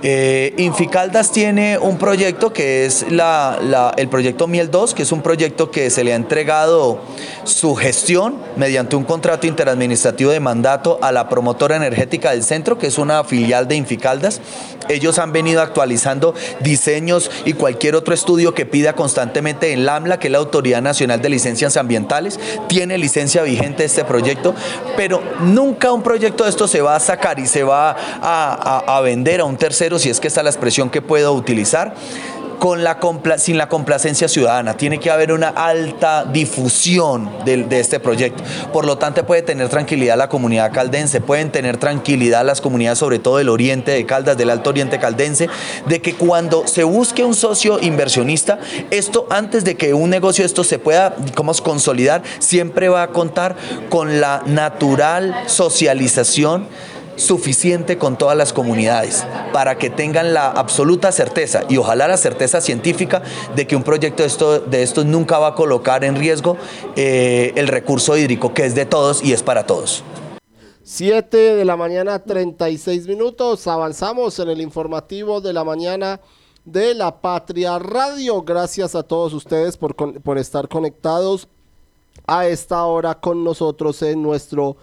Eh, Inficaldas tiene un proyecto que es la, la, el proyecto Miel dos, que es un proyecto que se le ha entregado su gestión mediante un contrato interadministrativo de mandato a la promotora energética del centro, que es una filial de Inficaldas. Ellos han venido actualizando diseños y cualquier otro estudio que pida constantemente en LAMLA, que es la Autoridad Nacional de Licencias Ambientales. Tiene licencia vigente este proyecto, pero nunca un proyecto de esto se va a sacar y se va a, a, a vender a un tercero, si es que esta es la expresión que puedo utilizar, con la compla- sin la complacencia ciudadana. Tiene que haber una alta difusión de, de este proyecto. Por lo tanto, puede tener tranquilidad la comunidad caldense, pueden tener tranquilidad las comunidades, sobre todo del oriente de Caldas, del Alto Oriente caldense, de que cuando se busque un socio inversionista, esto, antes de que un negocio de esto se pueda, digamos, consolidar, siempre va a contar con la natural socialización suficiente con todas las comunidades para que tengan la absoluta certeza, y ojalá la certeza científica, de que un proyecto de esto, de estos nunca va a colocar en riesgo eh, el recurso hídrico, que es de todos y es para todos. siete de la mañana, treinta y seis minutos. Avanzamos en el informativo de la mañana de La Patria Radio. Gracias a todos ustedes por, por estar conectados a esta hora con nosotros en nuestro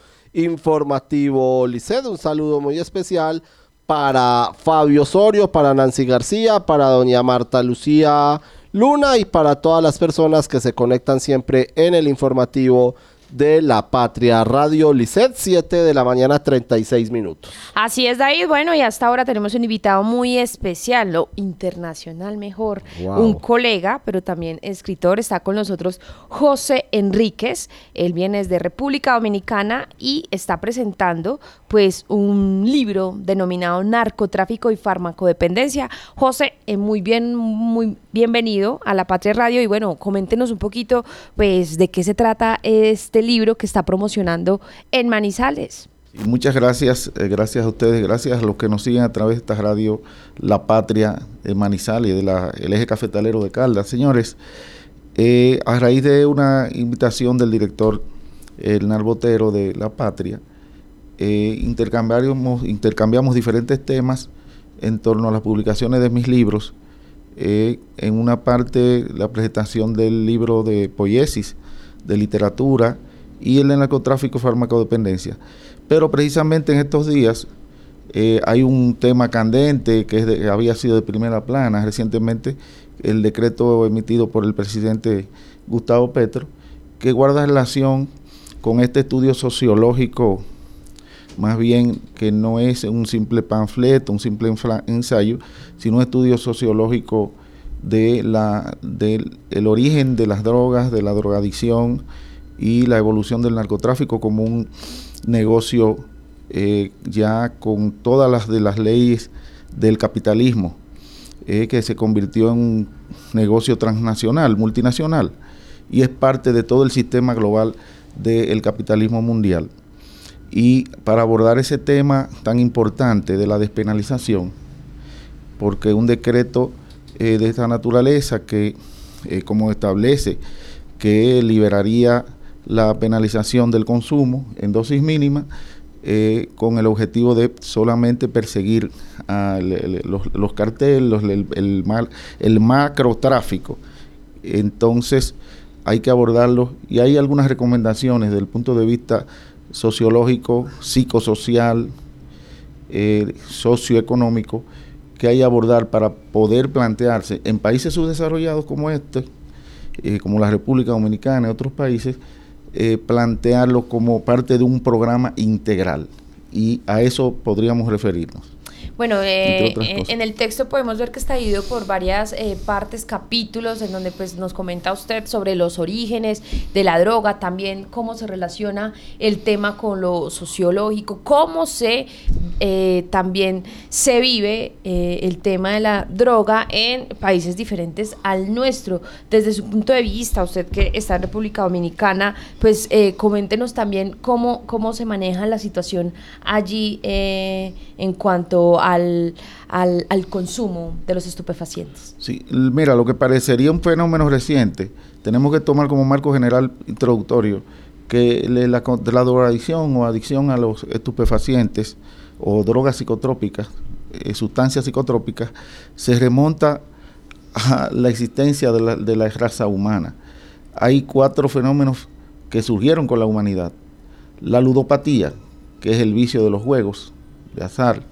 informativo Liced. Un saludo muy especial para Fabio Osorio, para Nancy García, para doña Marta Lucía Luna y para todas las personas que se conectan siempre en el informativo de La Patria Radio Liced, siete de la mañana, treinta y seis minutos. Así es, David. Bueno, y hasta ahora tenemos un invitado muy especial, lo internacional mejor, wow. Un colega, pero también escritor. Está con nosotros José Enríquez. Él viene desde República Dominicana y está presentando pues un libro denominado Narcotráfico y Farmacodependencia. José, eh, muy bien, muy bienvenido a La Patria Radio y bueno, coméntenos un poquito pues de qué se trata este libro que está promocionando en Manizales. Y muchas gracias, eh, gracias a ustedes, gracias a los que nos siguen a través de esta radio La Patria de Manizales, del eje cafetalero de Caldas. Señores, eh, a raíz de una invitación del director Hernán Botero de La Patria, eh, intercambiamos, intercambiamos diferentes temas en torno a las publicaciones de mis libros. Eh, en una parte, la presentación del libro de poiesis, de literatura, y el de narcotráfico y farmacodependencia. Pero precisamente en estos días eh, hay un tema candente que, es de, que había sido de primera plana recientemente, el decreto emitido por el presidente Gustavo Petro, que guarda relación con este estudio sociológico, más bien que no es un simple panfleto, un simple ensayo, sino un estudio sociológico de la del el origen de las drogas, de la drogadicción y la evolución del narcotráfico como un negocio eh, ya con todas las de las leyes del capitalismo, eh, que se convirtió en un negocio transnacional, multinacional, y es parte de todo el sistema global del capitalismo mundial. Y para abordar ese tema tan importante de la despenalización, porque un decreto eh, de esta naturaleza que, eh, como establece, que liberaría la penalización del consumo en dosis mínimas, eh, con el objetivo de solamente perseguir a le, los, los carteles, los, el, el, mal, el macrotráfico. Entonces hay que abordarlo y hay algunas recomendaciones desde el punto de vista sociológico, psicosocial, eh, socioeconómico, que hay que abordar para poder plantearse en países subdesarrollados como este, eh, como la República Dominicana y otros países, eh, plantearlo como parte de un programa integral, y a eso podríamos referirnos. Bueno, eh, en, en el texto podemos ver que está dividido por varias eh, partes, capítulos, en donde pues nos comenta usted sobre los orígenes de la droga, también cómo se relaciona el tema con lo sociológico, cómo se eh, también se vive eh, el tema de la droga en países diferentes al nuestro. Desde su punto de vista, usted que está en República Dominicana, pues eh, coméntenos también cómo, cómo se maneja la situación allí eh, en cuanto a Al, al, al consumo de los estupefacientes. Sí, mira, lo que parecería un fenómeno reciente, tenemos que tomar como marco general introductorio que la, la drogadicción o adicción a los estupefacientes o drogas psicotrópicas, eh, sustancias psicotrópicas se remonta a la existencia de la, de la raza humana. Hay cuatro fenómenos que surgieron con la humanidad. La ludopatía, que es el vicio de los juegos de azar,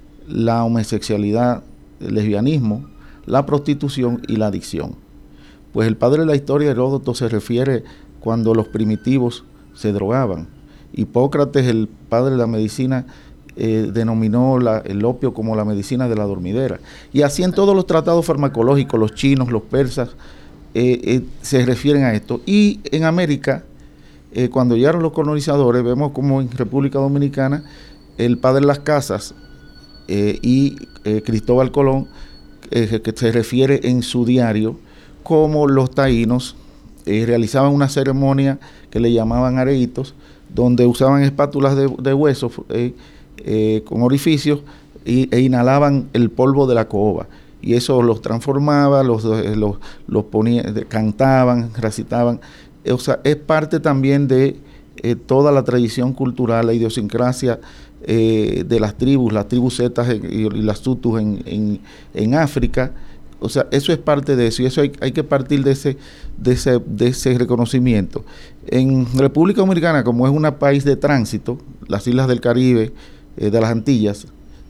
la homosexualidad, el lesbianismo, la prostitución y la adicción. Pues el padre de la historia, Heródoto, se refiere cuando los primitivos se drogaban. Hipócrates, el padre de la medicina, eh, denominó la, el opio como la medicina de la dormidera. Y así en todos los tratados farmacológicos, los chinos, los persas, eh, eh, se refieren a esto. Y en América, eh, cuando llegaron los colonizadores, vemos como en República Dominicana, el padre de las casas eh, y eh, Cristóbal Colón, eh, que se refiere en su diario, como los taínos eh, realizaban una ceremonia que le llamaban areitos, donde usaban espátulas de, de hueso eh, eh, con orificios y, e inhalaban el polvo de la caoba. Y eso los transformaba, los, los, los ponía, cantaban, recitaban. O sea, es parte también de eh, toda la tradición cultural, la idiosincrasia eh, de las tribus, las tribus zetas y, y las tutus en, en, en África. O sea, eso es parte de eso y eso hay, hay que partir de ese, de, ese, de ese reconocimiento. En República Dominicana, como es un país de tránsito, las islas del Caribe, eh, de las Antillas,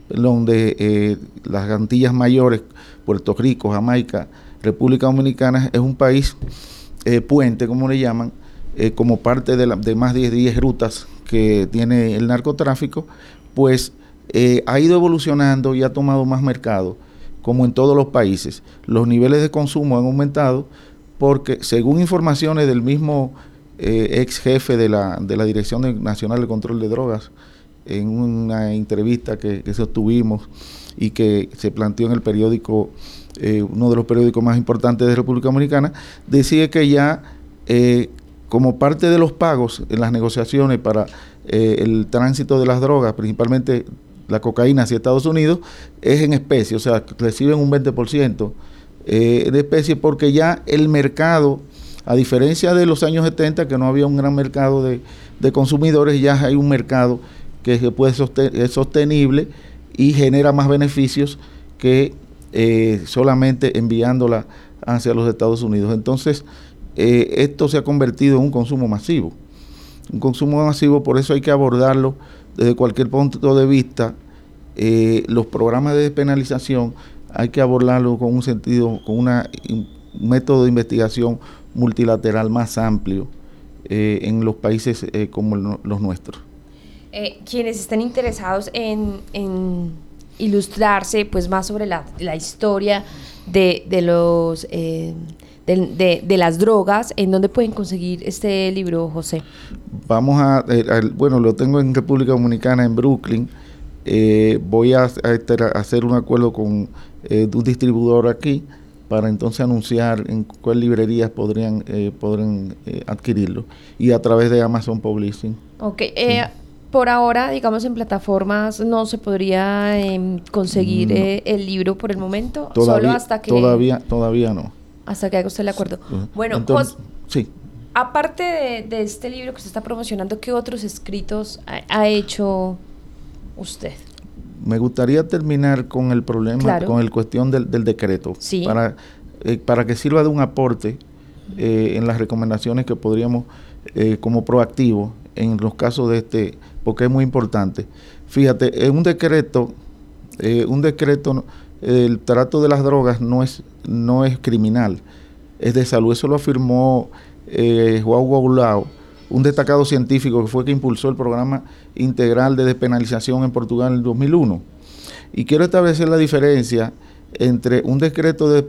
donde eh, las Antillas mayores, Puerto Rico, Jamaica, República Dominicana, es un país eh, puente, como le llaman, eh, como parte de, la, de más de diez rutas que tiene el narcotráfico, pues eh, ha ido evolucionando y ha tomado más mercado, como en todos los países. Los niveles de consumo han aumentado porque, según informaciones del mismo eh, ex jefe de la, de la Dirección de, Nacional de Control de Drogas, en una entrevista que, que sostuvimos y que se planteó en el periódico, eh, uno de los periódicos más importantes de República Dominicana, decía que ya eh, como parte de los pagos en las negociaciones para eh, el tránsito de las drogas, principalmente la cocaína hacia Estados Unidos, es en especie, o sea, reciben un veinte por ciento eh, de especie, porque ya el mercado, a diferencia de los años setenta, que no había un gran mercado de, de consumidores, ya hay un mercado que puede sosten- es sostenible y genera más beneficios que eh, solamente enviándola hacia los Estados Unidos. Entonces, eh, esto se ha convertido en un consumo masivo. Un consumo masivo, por eso hay que abordarlo desde cualquier punto de vista. Eh, los programas de despenalización hay que abordarlo con un sentido, con una, un método de investigación multilateral más amplio eh, en los países eh, como el, los nuestros. Eh, quienes estén interesados en, en ilustrarse pues más sobre la, la historia de, de los eh, de, de, de las drogas, ¿en dónde pueden conseguir este libro, José? Vamos a, eh, a bueno, lo tengo en República Dominicana, en Brooklyn. Eh, voy a, a, a hacer un acuerdo con eh, un distribuidor aquí para entonces anunciar en cuál librerías podrían eh, podrán eh, adquirirlo, y a través de Amazon Publishing. Ok, eh, sí. Por ahora, digamos, en plataformas no se podría eh, conseguir no. eh, el libro por el momento, todavía, solo hasta que... Todavía, todavía no. Hasta que haga usted el acuerdo. Uh-huh. Bueno, entonces, Jos, sí. Aparte de, de este libro que usted está promocionando, ¿qué otros escritos ha, ha hecho usted? Me gustaría terminar con el problema, claro. con el cuestión del, del decreto, sí. para, eh, para que sirva de un aporte eh, en las recomendaciones que podríamos, eh, como proactivo, en los casos de este, porque es muy importante. Fíjate, en un decreto, eh, un decreto, el trato de las drogas no es, no es criminal, es de salud. Eso lo afirmó eh, João Goulao, un destacado científico que fue que impulsó el programa integral de despenalización en Portugal en el dos mil uno. Y quiero establecer la diferencia entre un decreto de,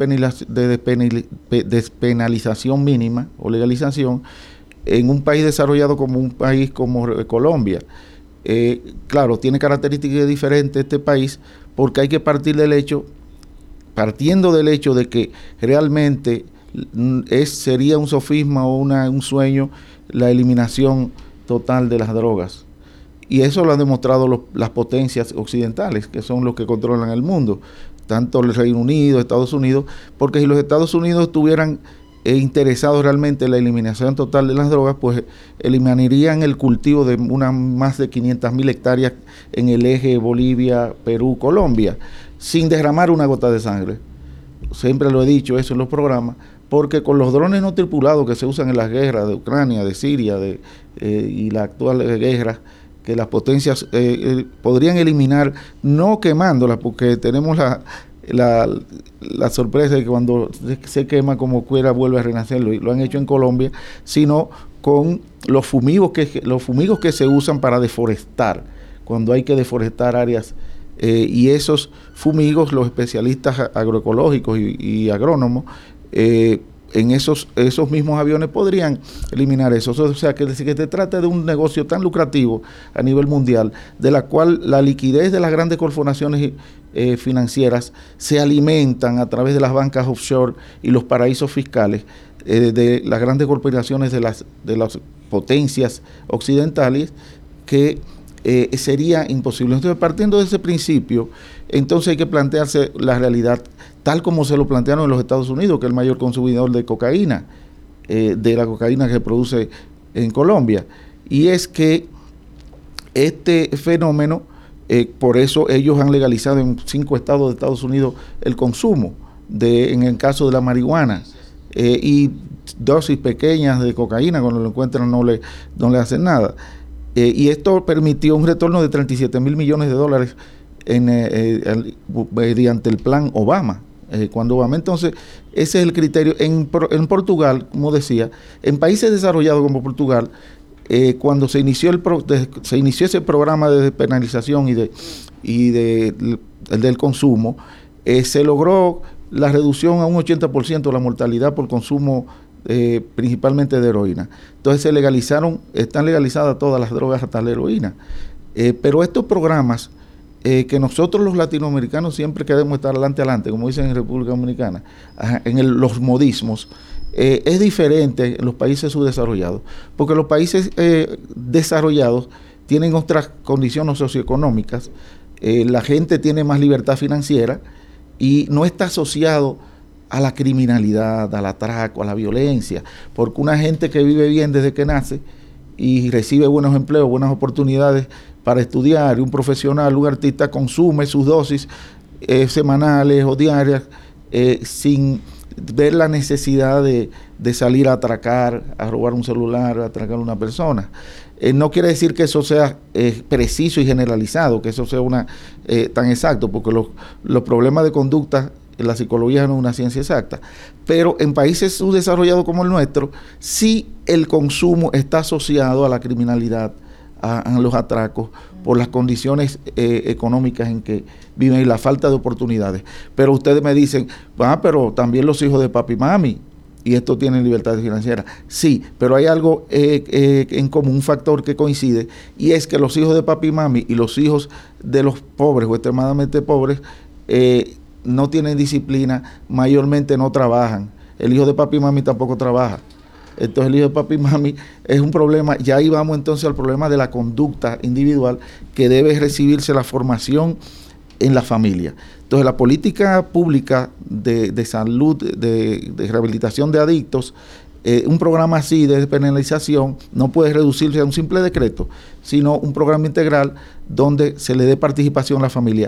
de despenalización mínima o legalización en un país desarrollado como un país como Colombia. Eh, claro, tiene características diferentes este país, porque hay que partir del hecho, partiendo del hecho de que realmente es, sería un sofisma o una, un sueño la eliminación total de las drogas. Y eso lo han demostrado los, las potencias occidentales, que son los que controlan el mundo, tanto el Reino Unido, Estados Unidos, porque si los Estados Unidos tuvieran eh, interesados realmente en la eliminación total de las drogas, pues eliminarían el cultivo de una, más de quinientas mil hectáreas en el eje Bolivia, Perú, Colombia, sin derramar una gota de sangre. Siempre lo he dicho eso en los programas, porque con los drones no tripulados que se usan en las guerras de Ucrania, de Siria de, eh, y la actual guerra, que las potencias eh, eh, podrían eliminar, no quemándolas, porque tenemos la, la, la sorpresa de que cuando se quema como quiera vuelve a renacer, lo, lo han hecho en Colombia, sino con los fumigos que, los fumigos que se usan para deforestar, cuando hay que deforestar áreas, eh, y esos fumigos los especialistas agroecológicos y, y agrónomos, eh, en esos esos mismos aviones podrían eliminar eso. O sea, que, que se trata de un negocio tan lucrativo a nivel mundial, de la cual la liquidez de las grandes corporaciones eh, financieras se alimentan a través de las bancas offshore y los paraísos fiscales eh, de las grandes corporaciones de las, de las potencias occidentales, que eh, sería imposible. Entonces, partiendo de ese principio, entonces hay que plantearse la realidad tal como se lo plantearon en los Estados Unidos, que es el mayor consumidor de cocaína, eh, de la cocaína que se produce en Colombia. Y es que este fenómeno, eh, por eso ellos han legalizado en cinco estados de Estados Unidos el consumo, de, en el caso de la marihuana, eh, y dosis pequeñas de cocaína, cuando lo encuentran no le, no le hacen nada. Eh, y esto permitió un retorno de treinta y siete mil millones de dólares en, eh, eh, mediante el plan Obama. Eh, cuando Obama, entonces, ese es el criterio. En, en Portugal, como decía, en países desarrollados como Portugal, eh, cuando se inició el pro, de, se inició ese programa de despenalización y de y de, el del consumo, eh, se logró la reducción a un ochenta por ciento de la mortalidad por consumo, eh, principalmente de heroína. Entonces se legalizaron, están legalizadas todas las drogas hasta la heroína. Eh, pero estos programas, Eh, que nosotros los latinoamericanos siempre queremos estar adelante, adelante, como dicen en República Dominicana, ajá, en el, los modismos, eh, es diferente en los países subdesarrollados, porque los países eh, desarrollados tienen otras condiciones socioeconómicas, eh, la gente tiene más libertad financiera y no está asociado a la criminalidad, al atraco, a la violencia, porque una gente que vive bien desde que nace y recibe buenos empleos, buenas oportunidades para estudiar, un profesional, un artista consume sus dosis eh, semanales o diarias eh, sin ver la necesidad de, de salir a atracar, a robar un celular, a atracar a una persona. Eh, no quiere decir que eso sea eh, preciso y generalizado, que eso sea una eh, tan exacto, porque los, los problemas de conducta, la psicología no es una ciencia exacta, pero en países subdesarrollados como el nuestro, sí el consumo está asociado a la criminalidad, a, a los atracos, por las condiciones eh, económicas en que viven y la falta de oportunidades. Pero ustedes me dicen, ah, pero también los hijos de papi y mami, y estos tienen libertad financiera. Sí, pero hay algo eh, eh, en común, un factor que coincide, y es que los hijos de papi y mami y los hijos de los pobres o extremadamente pobres eh, no tienen disciplina, mayormente no trabajan. El hijo de papi y mami tampoco trabaja. Entonces el hijo de papi y mami es un problema. Ya ahí vamos entonces al problema de la conducta individual, que debe recibirse la formación en la familia. Entonces la política pública de, de salud, de, de rehabilitación de adictos, eh, un programa así de despenalización no puede reducirse a un simple decreto, sino un programa integral donde se le dé participación a la familia.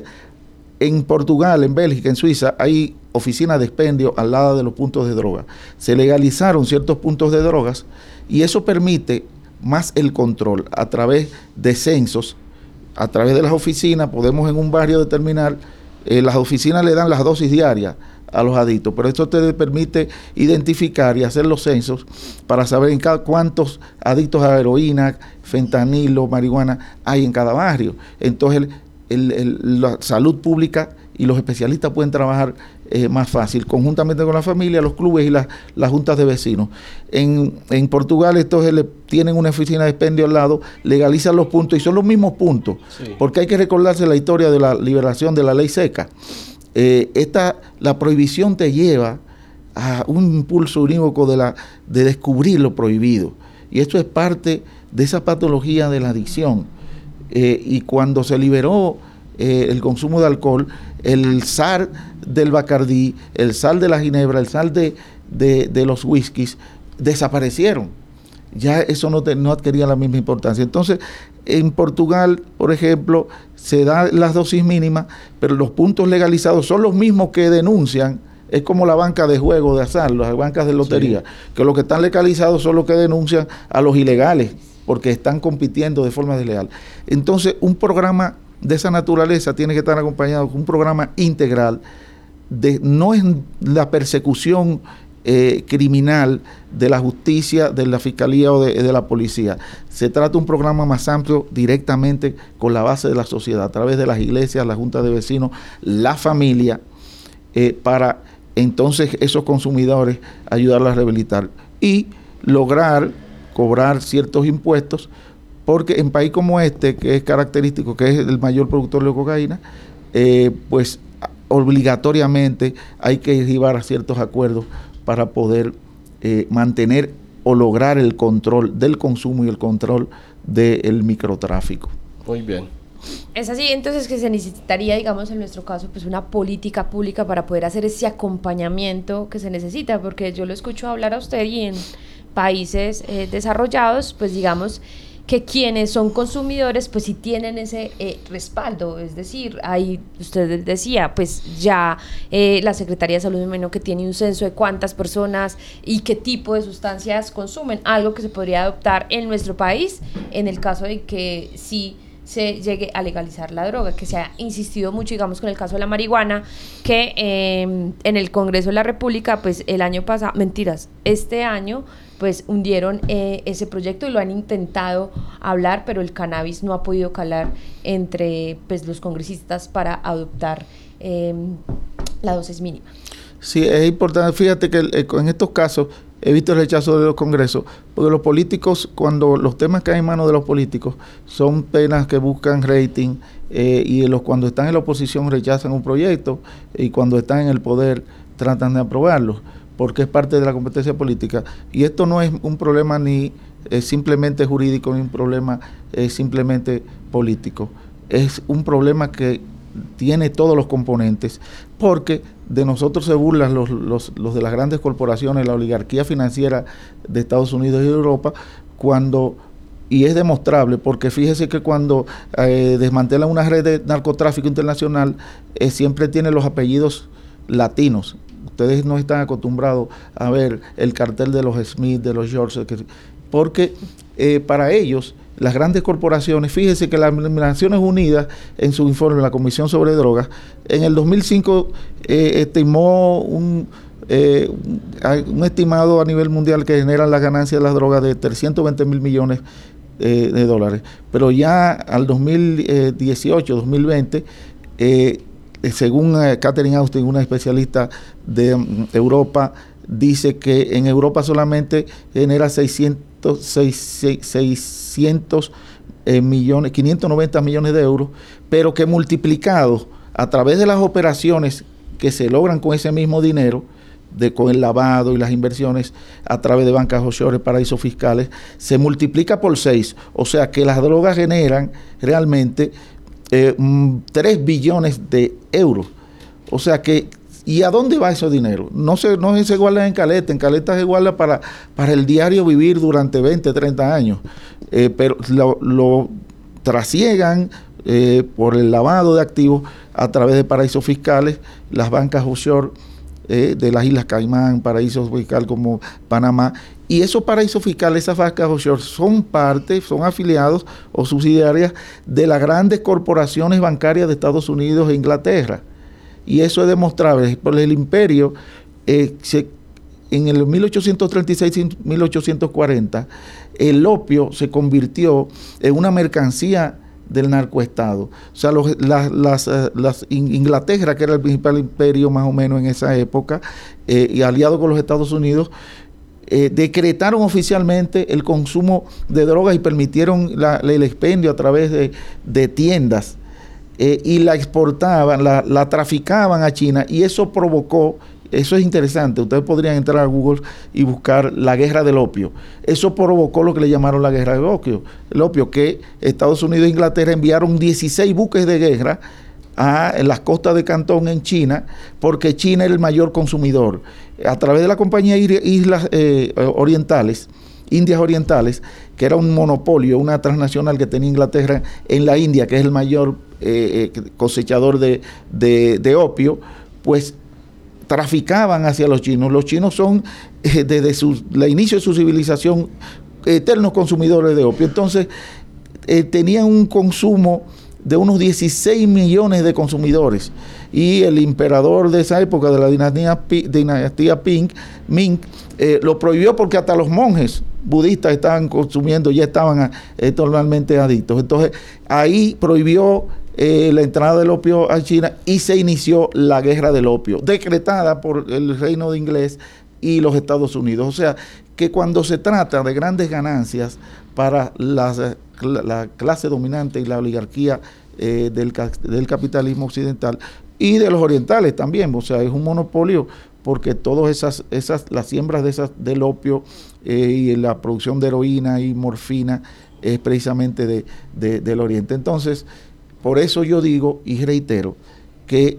En Portugal, en Bélgica, en Suiza, hay oficinas de expendio al lado de los puntos de droga. Se legalizaron ciertos puntos de drogas y eso permite más el control a través de censos, a través de las oficinas. Podemos en un barrio determinar, eh, las oficinas le dan las dosis diarias a los adictos, pero esto te permite identificar y hacer los censos para saber en cada, cuántos adictos a heroína, fentanilo, marihuana hay en cada barrio. Entonces el El, el, la salud pública y los especialistas pueden trabajar eh, más fácil, conjuntamente con la familia, los clubes y la, las juntas de vecinos. En, en Portugal estos le, tienen una oficina de expendio al lado, legalizan los puntos y son los mismos puntos, sí. Porque hay que recordarse la historia de la liberación de la ley seca. Eh, esta, la prohibición te lleva a un impulso unívoco de, la, de descubrir lo prohibido, y esto es parte de esa patología de la adicción. Eh, y cuando se liberó eh, el consumo de alcohol, el zar del Bacardí, el zar de la ginebra, el zar de, de, de los whiskies desaparecieron. Ya eso no, te, no adquiría la misma importancia. Entonces, en Portugal, por ejemplo, se dan las dosis mínimas, pero los puntos legalizados son los mismos que denuncian. Es como la banca de juego de azar, las bancas de lotería, sí, que los que están legalizados son los que denuncian a los ilegales, porque están compitiendo de forma desleal. Entonces, un programa de esa naturaleza tiene que estar acompañado con un programa integral, de no es la persecución eh, criminal de la justicia, de la fiscalía o de, de la policía. Se trata de un programa más amplio directamente con la base de la sociedad, a través de las iglesias, la junta de vecinos, la familia, eh, para entonces esos consumidores ayudarlos a rehabilitar y lograr cobrar ciertos impuestos, porque en país como este, que es característico, que es el mayor productor de cocaína, eh, pues obligatoriamente hay que llevar a ciertos acuerdos para poder eh, mantener o lograr el control del consumo y el control del microtráfico. Muy bien. Es así, entonces, que se necesitaría, digamos, en nuestro caso, pues una política pública para poder hacer ese acompañamiento que se necesita, porque yo lo escucho hablar a usted y en países eh, desarrollados, pues digamos que quienes son consumidores pues sí tienen ese eh, respaldo, es decir, ahí usted decía, pues ya eh, la Secretaría de Salud, me imagino que tiene un censo de cuántas personas y qué tipo de sustancias consumen, algo que se podría adoptar en nuestro país en el caso de que sí se llegue a legalizar la droga, que se ha insistido mucho, digamos, con el caso de la marihuana, que eh, en el Congreso de la República, pues el año pasado, mentiras, este año, pues hundieron eh, ese proyecto y lo han intentado hablar, pero el cannabis no ha podido calar entre pues los congresistas para adoptar eh, la dosis mínima. Sí, es importante, fíjate que eh, en estos casos he visto el rechazo de los congresos, porque los políticos, cuando los temas caen en manos de los políticos, son penas que buscan rating, eh, y los cuando están en la oposición rechazan un proyecto, y cuando están en el poder tratan de aprobarlo, porque es parte de la competencia política. Y esto no es un problema ni eh, simplemente jurídico, ni un problema eh, simplemente político. Es un problema que tiene todos los componentes, porque de nosotros se burlan los, los, los de las grandes corporaciones, la oligarquía financiera de Estados Unidos y Europa, cuando, y es demostrable, porque fíjese que cuando eh, desmantelan una red de narcotráfico internacional, eh, siempre tiene los apellidos latinos. Ustedes no están acostumbrados a ver el cartel de los Smith, de los George, porque eh, para ellos, las grandes corporaciones, fíjese que las Naciones Unidas, en su informe, la Comisión sobre Drogas, en el dos mil cinco eh, estimó un, eh, un estimado a nivel mundial que generan las ganancias de las drogas de trescientos veinte mil millones eh, de dólares. Pero ya al dos mil dieciocho, dos mil veinte, eh, según eh, Catherine Austin, una especialista de um, Europa, dice que en Europa solamente genera seiscientos, seiscientos eh, millones, quinientos noventa millones de euros, pero que multiplicado a través de las operaciones que se logran con ese mismo dinero, de, con el lavado y las inversiones a través de bancas offshore, paraísos fiscales, se multiplica por seis. O sea que las drogas generan realmente eh, tres billones de euros. O sea que, ¿y a dónde va ese dinero? No se, no se guarda en Caleta, en Caleta se guarda para, para el diario vivir durante veinte, treinta años, eh, pero lo, lo trasiegan eh, por el lavado de activos a través de paraísos fiscales, las bancas offshore eh, de las Islas Caimán, paraísos fiscales como Panamá, y esos paraísos fiscales, esas bancas offshore, son parte, son afiliados o subsidiarias de las grandes corporaciones bancarias de Estados Unidos e Inglaterra. Y eso es demostrable. Por el imperio, eh, se, en el mil ochocientos treinta y seis y mil ochocientos cuarenta, el opio se convirtió en una mercancía del narcoestado. O sea, los, las, las, las Inglaterra, que era el principal imperio más o menos en esa época, eh, y aliado con los Estados Unidos, eh, decretaron oficialmente el consumo de drogas y permitieron la, el expendio a través de, de tiendas. Eh, y la exportaban, la, la traficaban a China, y eso provocó, eso es interesante, ustedes podrían entrar a Google y buscar la guerra del opio. Eso provocó lo que le llamaron la guerra del opio, el opio, que Estados Unidos e Inglaterra enviaron dieciséis buques de guerra a las costas de Cantón en China, porque China era el mayor consumidor. A través de la compañía Islas eh, Orientales, Indias Orientales, que era un monopolio, una transnacional que tenía Inglaterra en la India, que es el mayor eh, cosechador de, de, de opio, pues traficaban hacia los chinos. Los chinos son, eh, desde su, el inicio de su civilización, eternos consumidores de opio. Entonces, eh, tenían un consumo de unos dieciséis millones de consumidores, y el emperador de esa época, de la dinastía, dinastía Ping, Ming, eh, lo prohibió porque hasta los monjes budistas estaban consumiendo, ya estaban eh, totalmente adictos. Entonces ahí prohibió eh, la entrada del opio a China y se inició la guerra del opio, decretada por el reino de inglés y los Estados Unidos. O sea, que cuando se trata de grandes ganancias para las, la clase dominante y la oligarquía eh, del, del capitalismo occidental y de los orientales también, o sea, es un monopolio, porque todas esas, esas las siembras de esas, del opio eh, y la producción de heroína y morfina es precisamente de, de, del oriente. Entonces, por eso yo digo y reitero que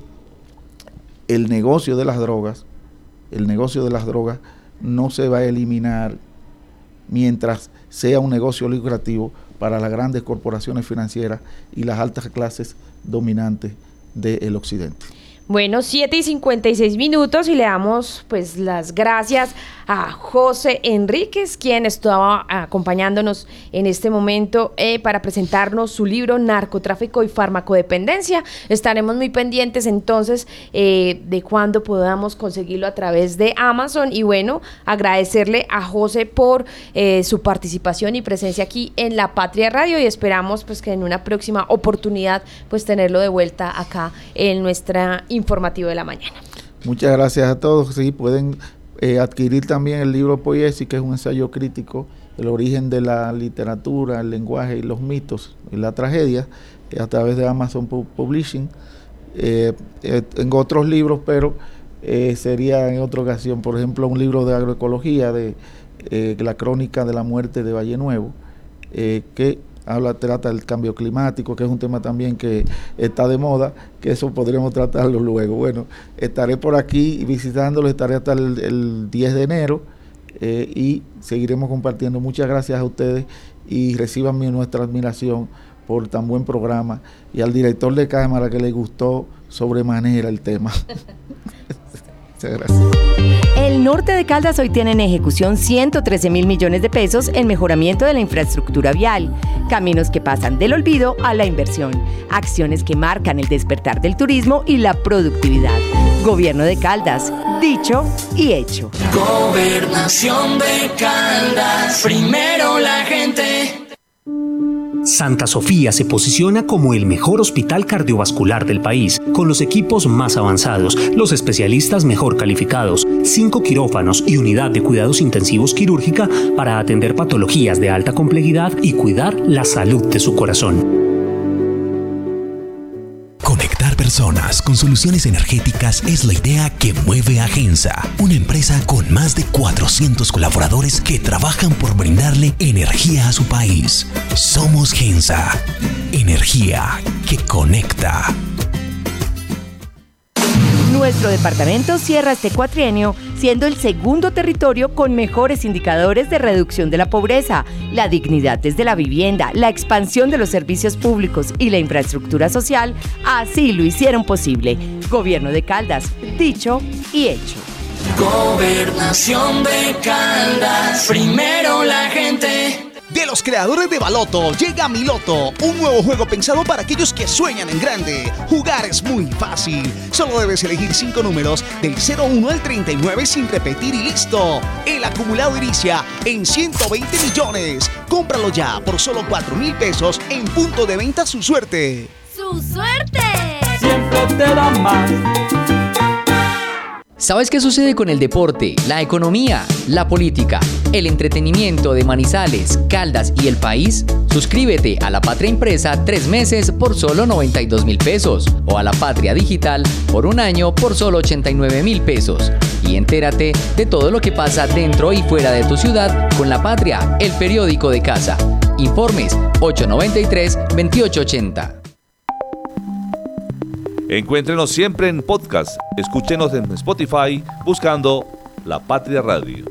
el negocio de las drogas, el negocio de las drogas no se va a eliminar mientras sea un negocio lucrativo para las grandes corporaciones financieras y las altas clases dominantes del occidente. Bueno, siete y cincuenta y seis minutos y le damos pues las gracias a José Enríquez, quien estaba acompañándonos en este momento eh, para presentarnos su libro Narcotráfico y Farmacodependencia. Estaremos muy pendientes entonces eh, de cuándo podamos conseguirlo a través de Amazon, y bueno, agradecerle a José por eh, su participación y presencia aquí en La Patria Radio, y esperamos pues que en una próxima oportunidad pues tenerlo de vuelta acá en nuestra informativo de la mañana. Muchas gracias a todos. Sí, pueden eh, adquirir también el libro Poiesis, que es un ensayo crítico del origen de la literatura, el lenguaje y los mitos y la tragedia, eh, a través de Amazon Publishing. Eh, eh, tengo otros libros, pero eh, sería en otra ocasión. Por ejemplo, un libro de agroecología, de eh, la crónica de la muerte de Valle Nuevo, eh, que habla, trata del cambio climático, que es un tema también que está de moda, que eso podríamos tratarlo luego. Bueno, estaré por aquí visitándolo, estaré hasta el, el diez de enero eh, y seguiremos compartiendo. Muchas gracias a ustedes y reciban mi, nuestra admiración por tan buen programa, y al director de cámara, que le gustó sobremanera el tema. Muchas gracias. El norte de Caldas hoy tiene en ejecución ciento trece mil millones de pesos en mejoramiento de la infraestructura vial, caminos que pasan del olvido a la inversión, acciones que marcan el despertar del turismo y la productividad. Gobierno de Caldas, dicho y hecho. Gobernación de Caldas, primero la gente. Santa Sofía se posiciona como el mejor hospital cardiovascular del país, con los equipos más avanzados, los especialistas mejor calificados, cinco quirófanos y unidad de cuidados intensivos quirúrgica para atender patologías de alta complejidad y cuidar la salud de su corazón. Conectar personas con soluciones energéticas es la idea que mueve a Gensa, una empresa con más de cuatrocientos colaboradores que trabajan por brindarle energía a su país. Somos Gensa, energía que conecta. Nuestro departamento cierra este cuatrienio siendo el segundo territorio con mejores indicadores de reducción de la pobreza, la dignidad desde la vivienda, la expansión de los servicios públicos y la infraestructura social. Así lo hicieron posible. Gobierno de Caldas, dicho y hecho. Gobernación de Caldas, primero la gente. De los creadores de Baloto, llega Mi Loto, un nuevo juego pensado para aquellos que sueñan en grande. Jugar es muy fácil. Solo debes elegir cinco números del cero uno al treinta y nueve sin repetir y listo. El acumulado inicia en ciento veinte millones. Cómpralo ya por solo cuatro mil pesos en punto de venta Su Suerte. ¡Su suerte! Siempre te da más. ¿Sabes qué sucede con el deporte, la economía, la política, el entretenimiento de Manizales, Caldas y el país? Suscríbete a La Patria Impresa tres meses por solo noventa y dos mil pesos o a La Patria Digital por un año por solo ochenta y nueve mil pesos. Y entérate de todo lo que pasa dentro y fuera de tu ciudad con La Patria, el periódico de casa. Informes ocho noventa y tres, veintiocho ochenta. Encuéntrenos siempre en podcast. Escúchenos en Spotify buscando La Patria Radio.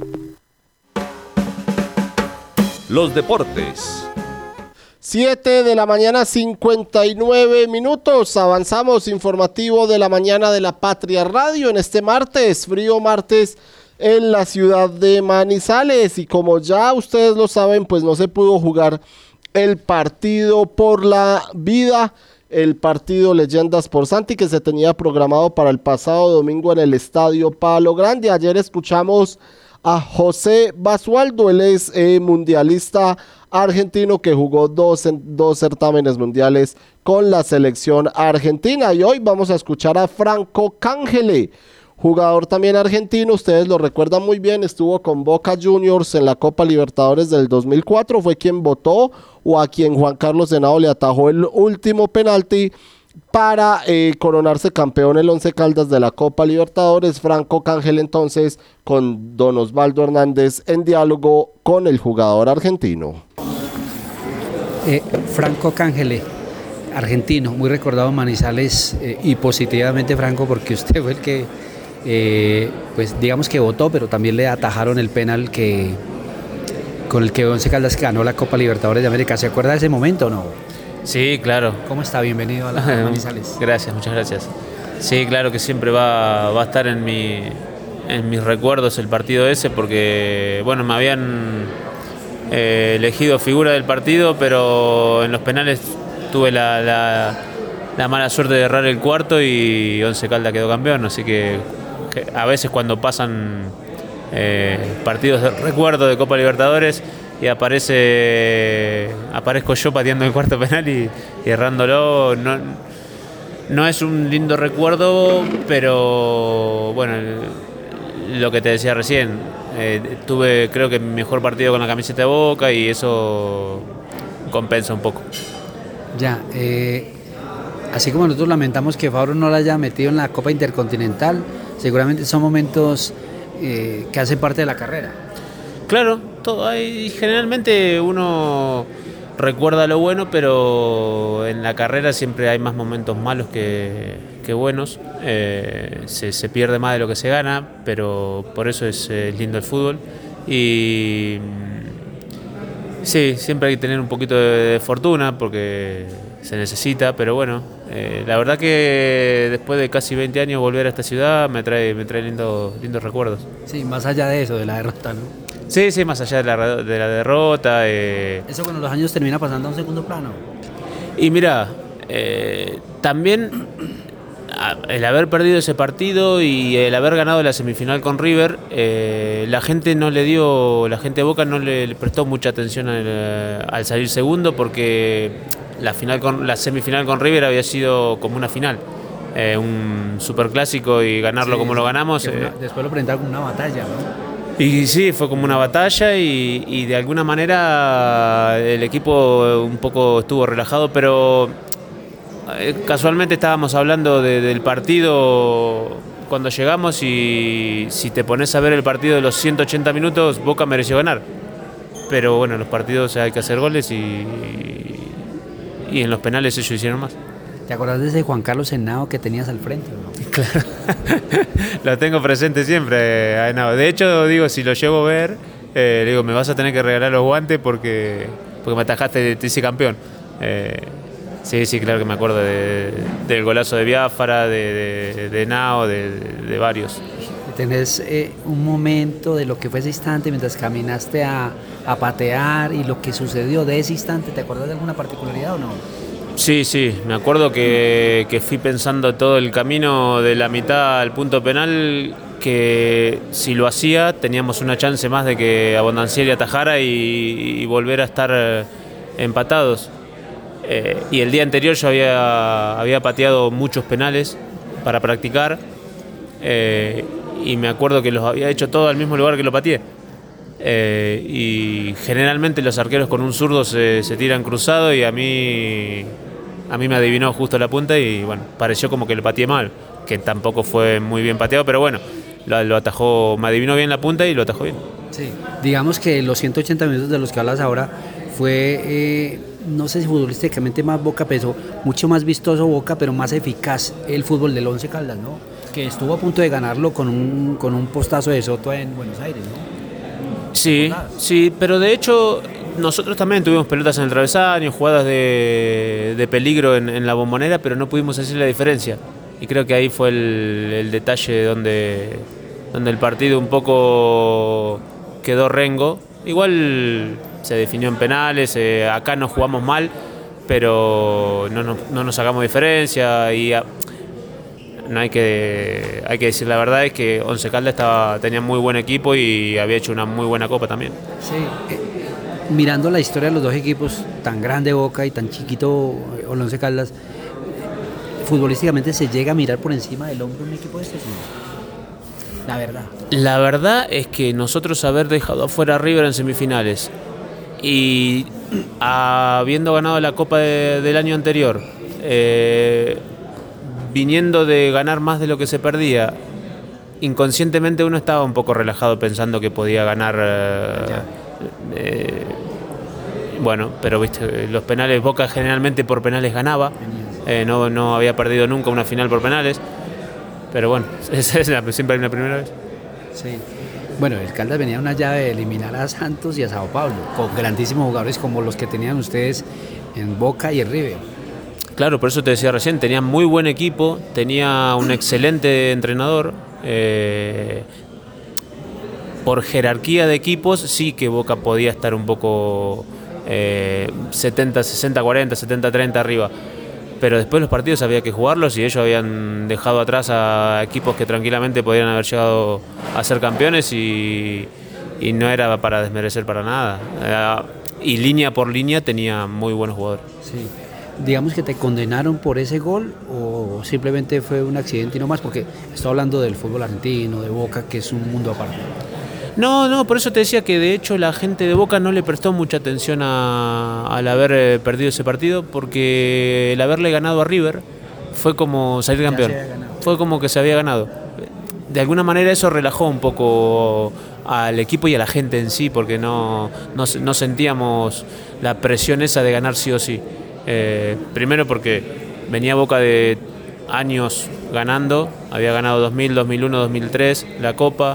Los deportes. siete de la mañana, cincuenta y nueve minutos. Avanzamos, informativo de la mañana de La Patria Radio en este martes, frío martes en la ciudad de Manizales. Y como ya ustedes lo saben, pues no se pudo jugar el partido por la vida, el partido Leyendas por Santi, que se tenía programado para el pasado domingo en el Estadio Palo Grande. Ayer escuchamos a José Basualdo, él es eh, mundialista argentino que jugó dos, dos certámenes mundiales con la selección argentina. Y hoy vamos a escuchar a Franco Cángele, jugador también argentino. Ustedes lo recuerdan muy bien, estuvo con Boca Juniors en la Copa Libertadores del dos mil cuatro, fue quien votó o a quien Juan Carlos Henao le atajó el último penalti para eh, coronarse campeón el Once Caldas de la Copa Libertadores. Franco Cángele entonces con don Osvaldo Hernández en diálogo con el jugador argentino. Eh, Franco Cángele, argentino, muy recordado en Manizales, eh, y positivamente Franco, porque usted fue el que, eh, pues digamos que votó, pero también le atajaron el penal que con el que Once Caldas ganó la Copa Libertadores de América. ¿Se acuerda de ese momento o no? Sí, claro. ¿Cómo está? Bienvenido a la Manizales. Gracias, muchas gracias. Sí, claro que siempre va, va a estar en, mi, en mis recuerdos el partido ese, porque bueno, me habían eh, elegido figura del partido, pero en los penales tuve la, la, la mala suerte de errar el cuarto y Once Caldas quedó campeón, así que, que a veces cuando pasan eh, partidos de recuerdo de Copa Libertadores y aparece aparezco yo pateando el cuarto penal y, y errándolo, no, no es un lindo recuerdo, pero bueno, el, lo que te decía recién, eh, tuve creo que mi mejor partido con la camiseta de Boca y eso compensa un poco. Ya, eh, así como nosotros lamentamos que Fabro no la haya metido en la Copa Intercontinental, seguramente son momentos eh, que hacen parte de la carrera. Claro, todo hay, generalmente uno recuerda lo bueno, pero en la carrera siempre hay más momentos malos que, que buenos. Eh, se, se pierde más de lo que se gana, pero por eso es eh, lindo el fútbol. Y sí, siempre hay que tener un poquito de, de fortuna porque se necesita, pero bueno, eh, la verdad que después de casi veinte años volver a esta ciudad me trae, me trae lindos, lindos recuerdos. Sí, más allá de eso, de la derrota, ¿no? Sí, sí, más allá de la, de la derrota. Eh. Eso con los años termina pasando a un segundo plano. Y mira, eh, también el haber perdido ese partido y el haber ganado la semifinal con River, eh, la gente no le dio, la gente de Boca no le, le prestó mucha atención al, al salir segundo, porque la final con la semifinal con River había sido como una final, eh, un superclásico y ganarlo sí, como lo ganamos. Una, eh. Después lo presentaron como una batalla, ¿no? Y sí, fue como una batalla y, y de alguna manera el equipo un poco estuvo relajado, pero casualmente estábamos hablando de, del partido cuando llegamos y si te pones a ver el partido de los ciento ochenta minutos, Boca mereció ganar. Pero bueno, en los partidos hay que hacer goles y, y en los penales ellos hicieron más. ¿Te acordás de ese Juan Carlos Henao que tenías al frente o no? Claro, lo tengo presente siempre a Henao. De hecho, digo, si lo llevo a ver, eh, le digo, me vas a tener que regalar los guantes porque, porque me atajaste, te hice campeón. Eh, sí, sí, claro que me acuerdo de, del golazo de Biafara, de, de, de Henao, de, de, de varios. ¿Tenés eh, un momento de lo que fue ese instante mientras caminaste a, a patear y lo que sucedió de ese instante? ¿Te acuerdas de alguna particularidad o no? Sí, sí, me acuerdo que, que fui pensando todo el camino de la mitad al punto penal, que si lo hacía teníamos una chance más de que Abondancieri atajara y, y volver a estar empatados. Eh, y el día anterior yo había, había pateado muchos penales para practicar eh, y me acuerdo que los había hecho todos al mismo lugar que lo pateé. Eh, y generalmente los arqueros con un zurdo se, se tiran cruzado y a mí a mí me adivinó justo la punta y bueno, pareció como que lo pateé mal, que tampoco fue muy bien pateado, pero bueno, lo, lo atajó, me adivinó bien la punta y lo atajó bien. Sí, digamos que los ciento ochenta minutos de los que hablas ahora fue eh, no sé si futbolísticamente más Boca, pero mucho más vistoso Boca, pero más eficaz el fútbol del Once Caldas, ¿no? Que estuvo a punto de ganarlo con un, con un postazo de Soto en Buenos Aires, ¿no? Sí, sí, pero de hecho nosotros también tuvimos pelotas en el travesaño, jugadas de, de peligro en, en la Bombonera, pero no pudimos hacer la diferencia. Y creo que ahí fue el, el detalle donde, donde el partido un poco quedó rengo. Igual se definió en penales, eh, acá no jugamos mal, pero no, no, no nos sacamos diferencia y a, no hay que, hay que decir la verdad, es que Once Caldas estaba, tenía muy buen equipo y había hecho una muy buena copa también. Sí, eh, mirando la historia de los dos equipos, tan grande Boca y tan chiquito eh, Once Caldas, eh, futbolísticamente se llega a mirar por encima del hombro un equipo de estos, ¿no? La verdad. La verdad es que nosotros haber dejado afuera a River en semifinales y habiendo ganado la Copa de, del año anterior, eh, viniendo de ganar más de lo que se perdía, inconscientemente uno estaba un poco relajado pensando que podía ganar. Eh, eh, bueno, pero viste, los penales, Boca generalmente por penales ganaba, eh, no, no había perdido nunca una final por penales. Pero bueno, esa es la, siempre hay una primera vez. Sí. Bueno, el Caldas venía una llave de eliminar a Santos y a Sao Paulo, con grandísimos jugadores como los que tenían ustedes en Boca y en River. Claro, por eso te decía recién, tenía muy buen equipo, tenía un excelente entrenador. Eh, por jerarquía de equipos, sí que Boca podía estar un poco eh, setenta, sesenta, cuarenta, setenta, treinta arriba. Pero después los partidos había que jugarlos y ellos habían dejado atrás a equipos que tranquilamente podrían haber llegado a ser campeones y, y no era para desmerecer para nada. Era, y línea por línea tenía muy buenos jugadores. Sí. Digamos que te condenaron por ese gol o simplemente fue un accidente y no más, porque estoy hablando del fútbol argentino, de Boca, que es un mundo aparte. No, no, por eso te decía que de hecho la gente de Boca no le prestó mucha atención a, al haber eh, perdido ese partido, porque el haberle ganado a River fue como salir campeón, fue como que se había ganado. De alguna manera eso relajó un poco al equipo y a la gente en sí, porque no, no, no sentíamos la presión esa de ganar sí o sí. Eh, primero porque venía Boca de años ganando, había ganado dos mil, dos mil uno, dos mil tres la Copa.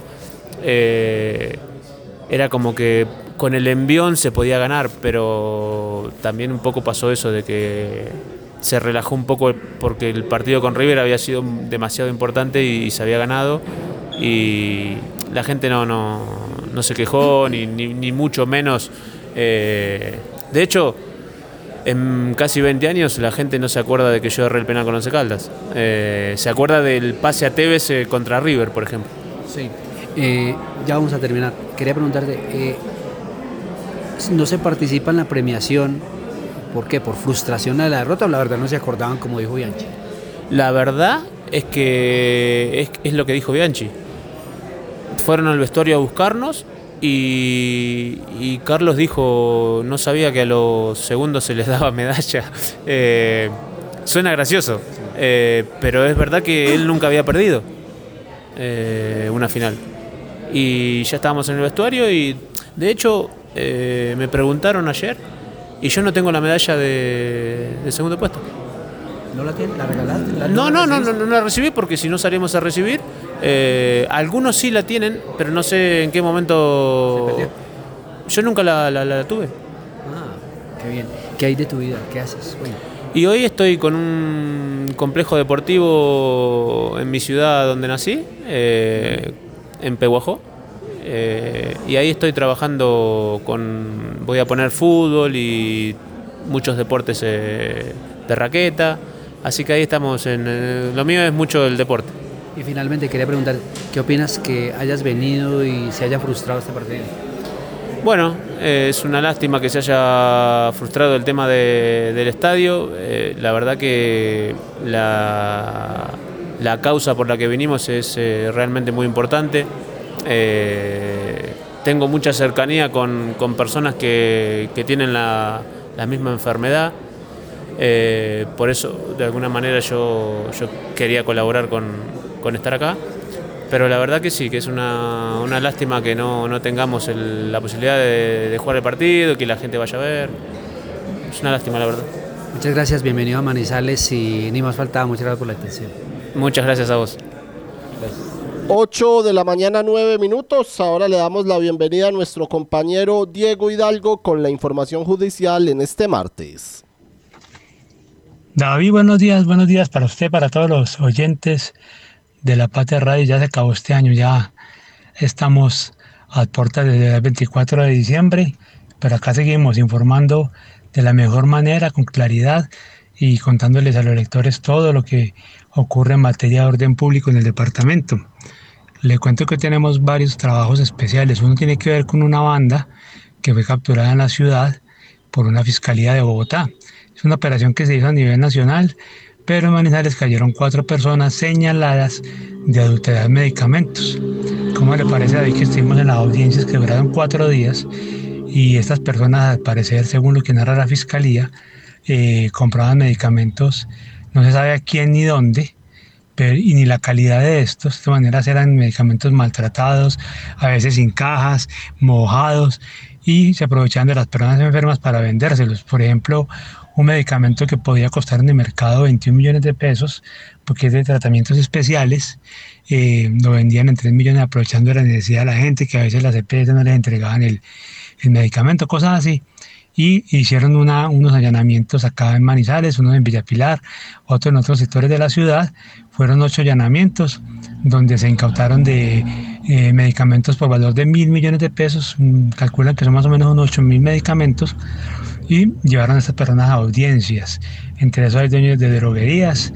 Eh, era como que con el envión se podía ganar, pero también un poco pasó eso de que se relajó un poco porque el partido con River había sido demasiado importante y se había ganado y la gente no, no, no se quejó ni, ni, ni mucho menos. Eh, de hecho, en casi veinte años la gente no se acuerda de que yo erré el penal con Once Caldas. Eh, se acuerda del pase a Tevez eh, contra River, por ejemplo. Sí. Eh, ya vamos a terminar. Quería preguntarte, eh, ¿no se participa en la premiación? ¿Por qué? ¿Por frustración de la derrota o la verdad no se acordaban, como dijo Bianchi? La verdad es que es, es lo que dijo Bianchi. Fueron al vestuario a buscarnos y, y Carlos dijo, no sabía que a los segundos se les daba medalla. Eh, suena gracioso, eh, pero es verdad que él nunca había perdido eh, una final. Y ya estábamos en el vestuario y de hecho eh, me preguntaron ayer y yo no tengo la medalla de, de segundo puesto. ¿No la tienes? ¿La regalaste? ¿La no, no, no, no, no la recibí porque si no salimos a recibir. Eh, algunos sí la tienen, pero no sé en qué momento. Yo nunca la, la, la tuve. Ah, qué bien. ¿Qué hay de tu vida? ¿Qué haces? Bueno. Y hoy estoy con un complejo deportivo en mi ciudad donde nací. Eh, en Pehuajó, eh, y ahí estoy trabajando con, voy a poner fútbol y muchos deportes eh, de raqueta, así que ahí estamos en, eh, lo mío es mucho el deporte. Y finalmente quería preguntar, ¿qué opinas que hayas venido y se haya frustrado este partido? Bueno, eh, es una lástima que se haya frustrado el tema de, del estadio, eh, la verdad que la... La causa por la que vinimos es eh, realmente muy importante. Eh, tengo mucha cercanía con, con personas que, que tienen la, la misma enfermedad. Eh, por eso, de alguna manera, yo, yo quería colaborar con, con estar acá. Pero la verdad que sí, que es una, una lástima que no, no tengamos el, la posibilidad de, de jugar el partido, que la gente vaya a ver. es una lástima, la verdad. Muchas gracias, bienvenido a Manizales y ni más faltaba, muchas gracias por la atención. Muchas gracias a vos. Gracias. ocho de la mañana, nueve minutos. Ahora le damos la bienvenida a nuestro compañero Diego Hidalgo con la información judicial en este martes. David, buenos días, buenos días para usted, para todos los oyentes de La Patria Radio. Ya se acabó este año, ya estamos a puertas desde el veinticuatro de diciembre, pero acá seguimos informando de la mejor manera, con claridad y contándoles a los lectores todo lo que ocurre en materia de orden público en el departamento. Le cuento que tenemos varios trabajos especiales. Uno tiene que ver con una banda que fue capturada en la ciudad por una fiscalía de Bogotá. Es una operación que se hizo a nivel nacional, pero en Manizales cayeron cuatro personas señaladas de adulterar medicamentos. ¿Cómo le parece, David, que estuvimos en las audiencias que duraron cuatro días y estas personas, al parecer, según lo que narra la fiscalía, eh, compraban medicamentos, no se sabe a quién ni dónde, pero, y ni la calidad de estos? De manera eran medicamentos maltratados, a veces sin cajas, mojados, y se aprovechaban de las personas enfermas para vendérselos. Por ejemplo, un medicamento que podía costar en el mercado veintiún millones de pesos, porque es de tratamientos especiales, eh, lo vendían en tres millones aprovechando la necesidad de la gente, que a veces las E P S no les entregaban el, el medicamento, cosas así. Y hicieron una, unos allanamientos acá en Manizales, uno en Villa Pilar, otro en otros sectores de la ciudad. Fueron ocho allanamientos donde se incautaron de eh, medicamentos por valor de mil millones de pesos. Calculan que son más o menos unos ocho mil medicamentos, y llevaron a estas personas a audiencias. Entre esos hay dueños de droguerías,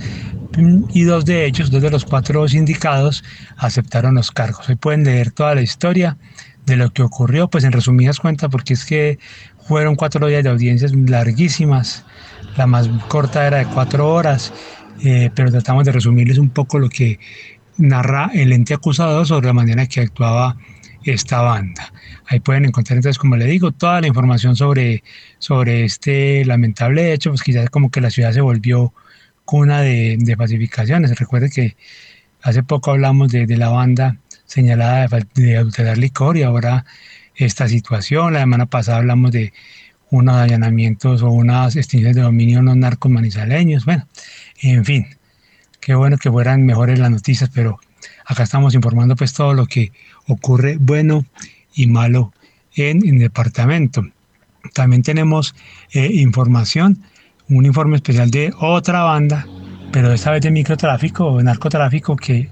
y dos de ellos, dos de los cuatro sindicados, aceptaron los cargos. Hoy pueden leer toda la historia de lo que ocurrió, pues en resumidas cuentas, porque es que fueron cuatro días de audiencias larguísimas. La más corta era de cuatro horas, eh, pero tratamos de resumirles un poco lo que narra el ente acusado sobre la manera que actuaba esta banda. Ahí pueden encontrar, entonces, como le digo, toda la información sobre, sobre este lamentable hecho, pues quizás como que la ciudad se volvió cuna de, de falsificaciones. Recuerde que hace poco hablamos de, de la banda señalada de, de adulterar licor, y ahora esta situación. La semana pasada hablamos de unos allanamientos o unas extinciones de dominio en los narcos manizaleños. Bueno, en fin, qué bueno que fueran mejores las noticias, pero acá estamos informando pues todo lo que ocurre bueno y malo en, en el departamento. También tenemos eh, información, un informe especial de otra banda, pero esta vez de microtráfico o narcotráfico, que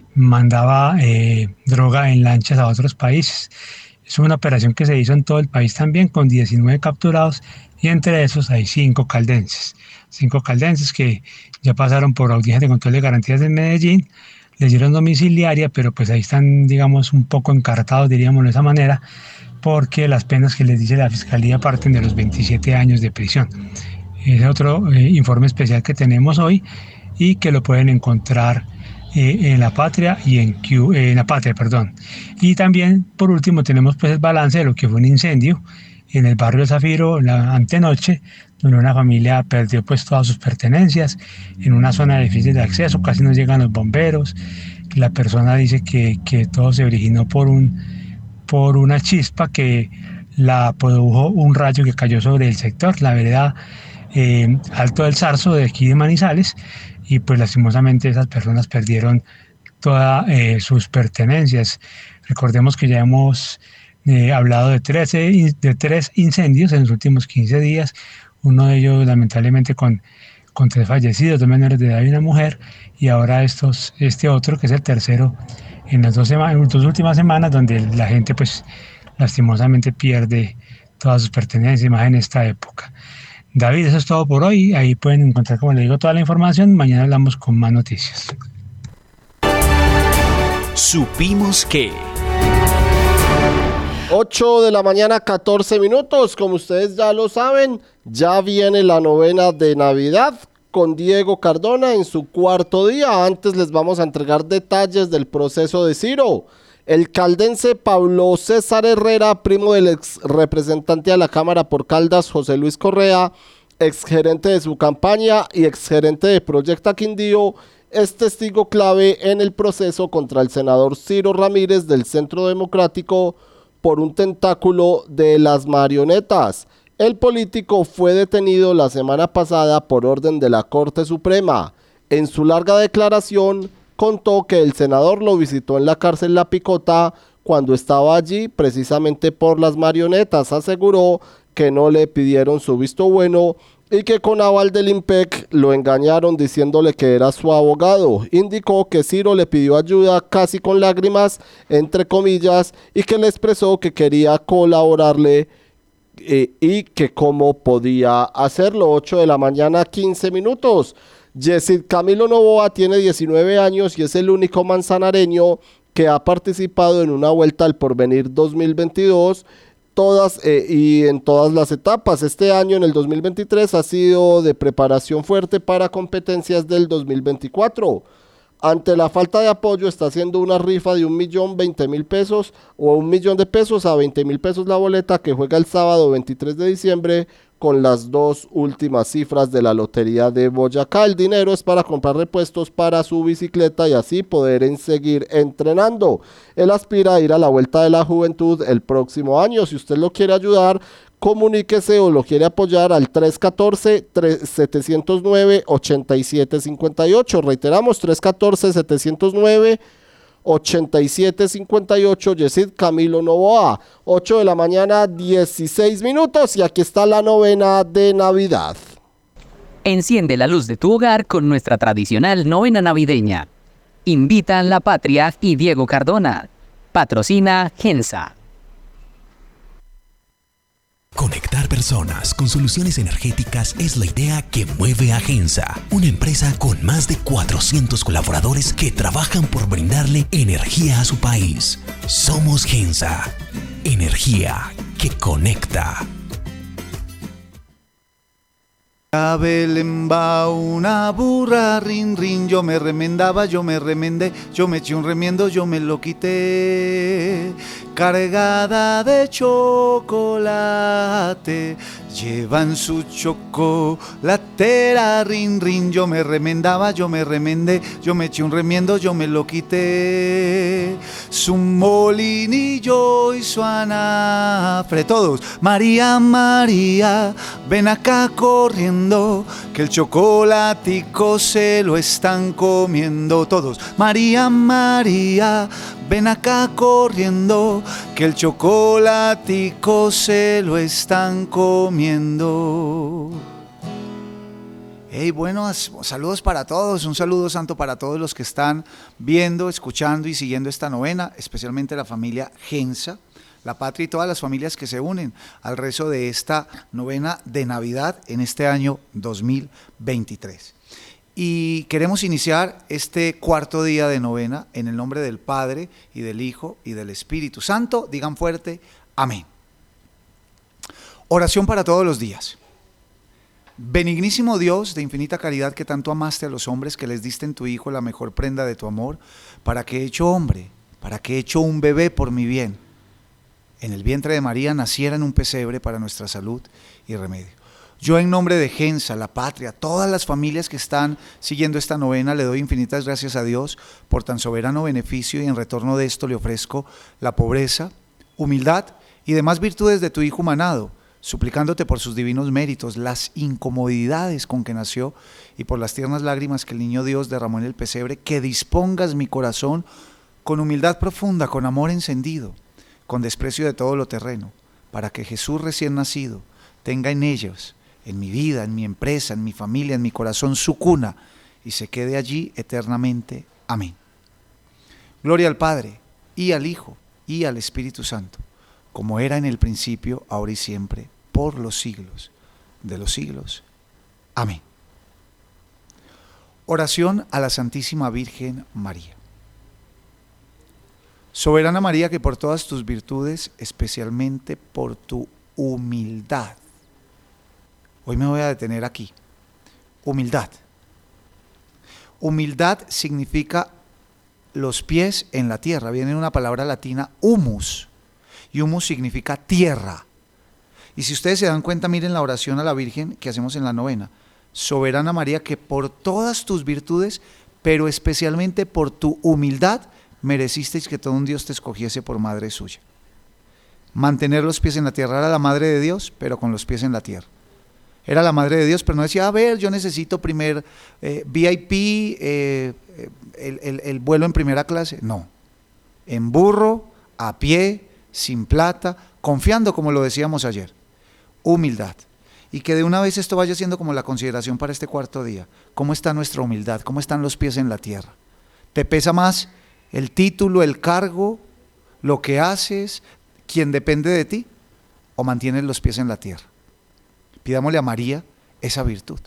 mandaba eh, droga en lanchas a otros países. Es una operación que se hizo en todo el país también, con diecinueve capturados, y entre esos hay cinco caldenses. Cinco caldenses que ya pasaron por audiencia de control de garantías en Medellín, les dieron domiciliaria, pero pues ahí están, digamos, un poco encartados, diríamos de esa manera, porque las penas que les dice la fiscalía parten de los veintisiete años de prisión. Es otro eh, informe especial que tenemos hoy y que lo pueden encontrar eh, en La Patria y en, Q, eh, en La Patria, perdón. Y también, por último, tenemos pues el balance de lo que fue un incendio en el barrio Zafiro la antenoche, donde una familia perdió pues todas sus pertenencias en una zona difícil de acceso, casi no llegan los bomberos. La persona dice que, que todo se originó por, un, por una chispa que la produjo un rayo que cayó sobre el sector, la vereda eh, Alto del Zarzo de aquí de Manizales, y pues lastimosamente esas personas perdieron todas eh, sus pertenencias. Recordemos que ya hemos eh, hablado de, trece, de tres incendios en los últimos quince días, uno de ellos lamentablemente con, con tres fallecidos, dos menores de edad y una mujer, y ahora estos, este otro que es el tercero en las dos, sema- en las dos últimas semanas, donde la gente pues lastimosamente pierde todas sus pertenencias más en esta época. David, eso es todo por hoy. Ahí pueden encontrar, como le digo, toda la información. Mañana hablamos con más noticias. Supimos que... ocho de la mañana, catorce minutos. Como ustedes ya lo saben, ya viene la novena de Navidad con Diego Cardona en su cuarto día. Antes les vamos a entregar detalles del proceso de Ciro. El caldense Pablo César Herrera, primo del ex representante a la Cámara por Caldas, José Luis Correa, ex gerente de su campaña y ex gerente de Proyecta Quindío, es testigo clave en el proceso contra el senador Ciro Ramírez del Centro Democrático por un tentáculo de las marionetas. El político fue detenido la semana pasada por orden de la Corte Suprema. En su larga declaración, contó que el senador lo visitó en la cárcel La Picota cuando estaba allí precisamente por las marionetas. Aseguró que no le pidieron su visto bueno y que con aval del IMPEC lo engañaron diciéndole que era su abogado. Indicó que Ciro le pidió ayuda casi con lágrimas, entre comillas, y que le expresó que quería colaborarle eh, y que cómo podía hacerlo. ocho de la mañana, quince minutos. Yesid Camilo Novoa tiene diecinueve años y es el único manzanareño que ha participado en una Vuelta al Porvenir dos mil veintidós, todas eh, y en todas las etapas. Este año, en el dos mil veintitrés, ha sido de preparación fuerte para competencias del dos mil veinticuatro. Ante la falta de apoyo, está haciendo una rifa de un millón veinte mil pesos o un millón de pesos a veinte mil pesos la boleta, que juega el sábado veintitrés de diciembre con las dos últimas cifras de la lotería de Boyacá. El dinero es para comprar repuestos para su bicicleta y así poder en seguir entrenando. Él aspira a ir a la Vuelta de la Juventud el próximo año. Si usted lo quiere ayudar, comuníquese o lo quiere apoyar al tres uno cuatro, siete cero nueve, ocho siete cinco ocho. Reiteramos, tres uno cuatro, siete cero nueve, ocho siete cinco ocho. Yesid Camilo Novoa. ocho de la mañana, dieciséis minutos, y aquí está la novena de Navidad. Enciende la luz de tu hogar con nuestra tradicional novena navideña. Invitan La Patria y Diego Cardona. Patrocina Gensa. Conectar personas con soluciones energéticas es la idea que mueve a Gensa, una empresa con más de cuatrocientos colaboradores que trabajan por brindarle energía a su país. Somos Gensa, energía que conecta. A Belén va una burra, rin, rin, yo me remendaba, yo me remendé, yo me eché un remiendo, yo me lo quité. Cargada de chocolate, llevan su chocolatera, rin, rin, yo me remendaba, yo me remendé, yo me eché un remiendo, yo me lo quité. Su molinillo y su anafre, todos, María, María, ven acá corriendo, que el chocolatico se lo están comiendo. Todos, María, María, ven acá corriendo, que el chocolatico se lo están comiendo. Hey, buenos saludos para todos, un saludo santo para todos los que están viendo, escuchando y siguiendo esta novena, especialmente la familia Gensa, La Patria y todas las familias que se unen al rezo de esta novena de Navidad en este año dos mil veintitrés. Y queremos iniciar este cuarto día de novena en el nombre del Padre y del Hijo y del Espíritu Santo. Digan fuerte, amén. Oración para todos los días. Benignísimo Dios de infinita caridad, que tanto amaste a los hombres, que les diste en tu Hijo la mejor prenda de tu amor, para que hecho hombre, para que hecho un bebé por mi bien, en el vientre de María naciera en un pesebre para nuestra salud y remedio. Yo, en nombre de Gensa, La Patria, todas las familias que están siguiendo esta novena, le doy infinitas gracias a Dios por tan soberano beneficio, y en retorno de esto le ofrezco la pobreza, humildad y demás virtudes de tu Hijo humanado, suplicándote por sus divinos méritos, las incomodidades con que nació y por las tiernas lágrimas que el niño Dios derramó en el pesebre, que dispongas mi corazón con humildad profunda, con amor encendido, con desprecio de todo lo terreno, para que Jesús recién nacido tenga en ellos, en mi vida, en mi empresa, en mi familia, en mi corazón, su cuna, y se quede allí eternamente. Amén. Gloria al Padre, y al Hijo, y al Espíritu Santo, como era en el principio, ahora y siempre, por los siglos de los siglos. Amén. Oración a la Santísima Virgen María. Soberana María, que por todas tus virtudes, especialmente por tu humildad, hoy me voy a detener aquí. Humildad. Humildad significa los pies en la tierra. Viene una palabra latina, humus. Y humus significa tierra. Y si ustedes se dan cuenta, miren la oración a la Virgen que hacemos en la novena. Soberana María, que por todas tus virtudes, pero especialmente por tu humildad, merecisteis que todo un Dios te escogiese por madre suya. mantener los pies en la tierra. Era la madre de Dios, pero con los pies en la tierra. Era la madre de Dios, pero no decía, a ver, yo necesito primer eh, V I P, eh, el, el, el vuelo en primera clase. No, en burro, a pie, sin plata, confiando, como lo decíamos ayer. Humildad. Y que de una vez esto vaya siendo como la consideración para este cuarto día. ¿Cómo está nuestra humildad? ¿Cómo están los pies en la tierra? ¿Te pesa más el título, el cargo, lo que haces, quien depende de ti? ¿O mantienes los pies en la tierra? Pidámosle a María esa virtud.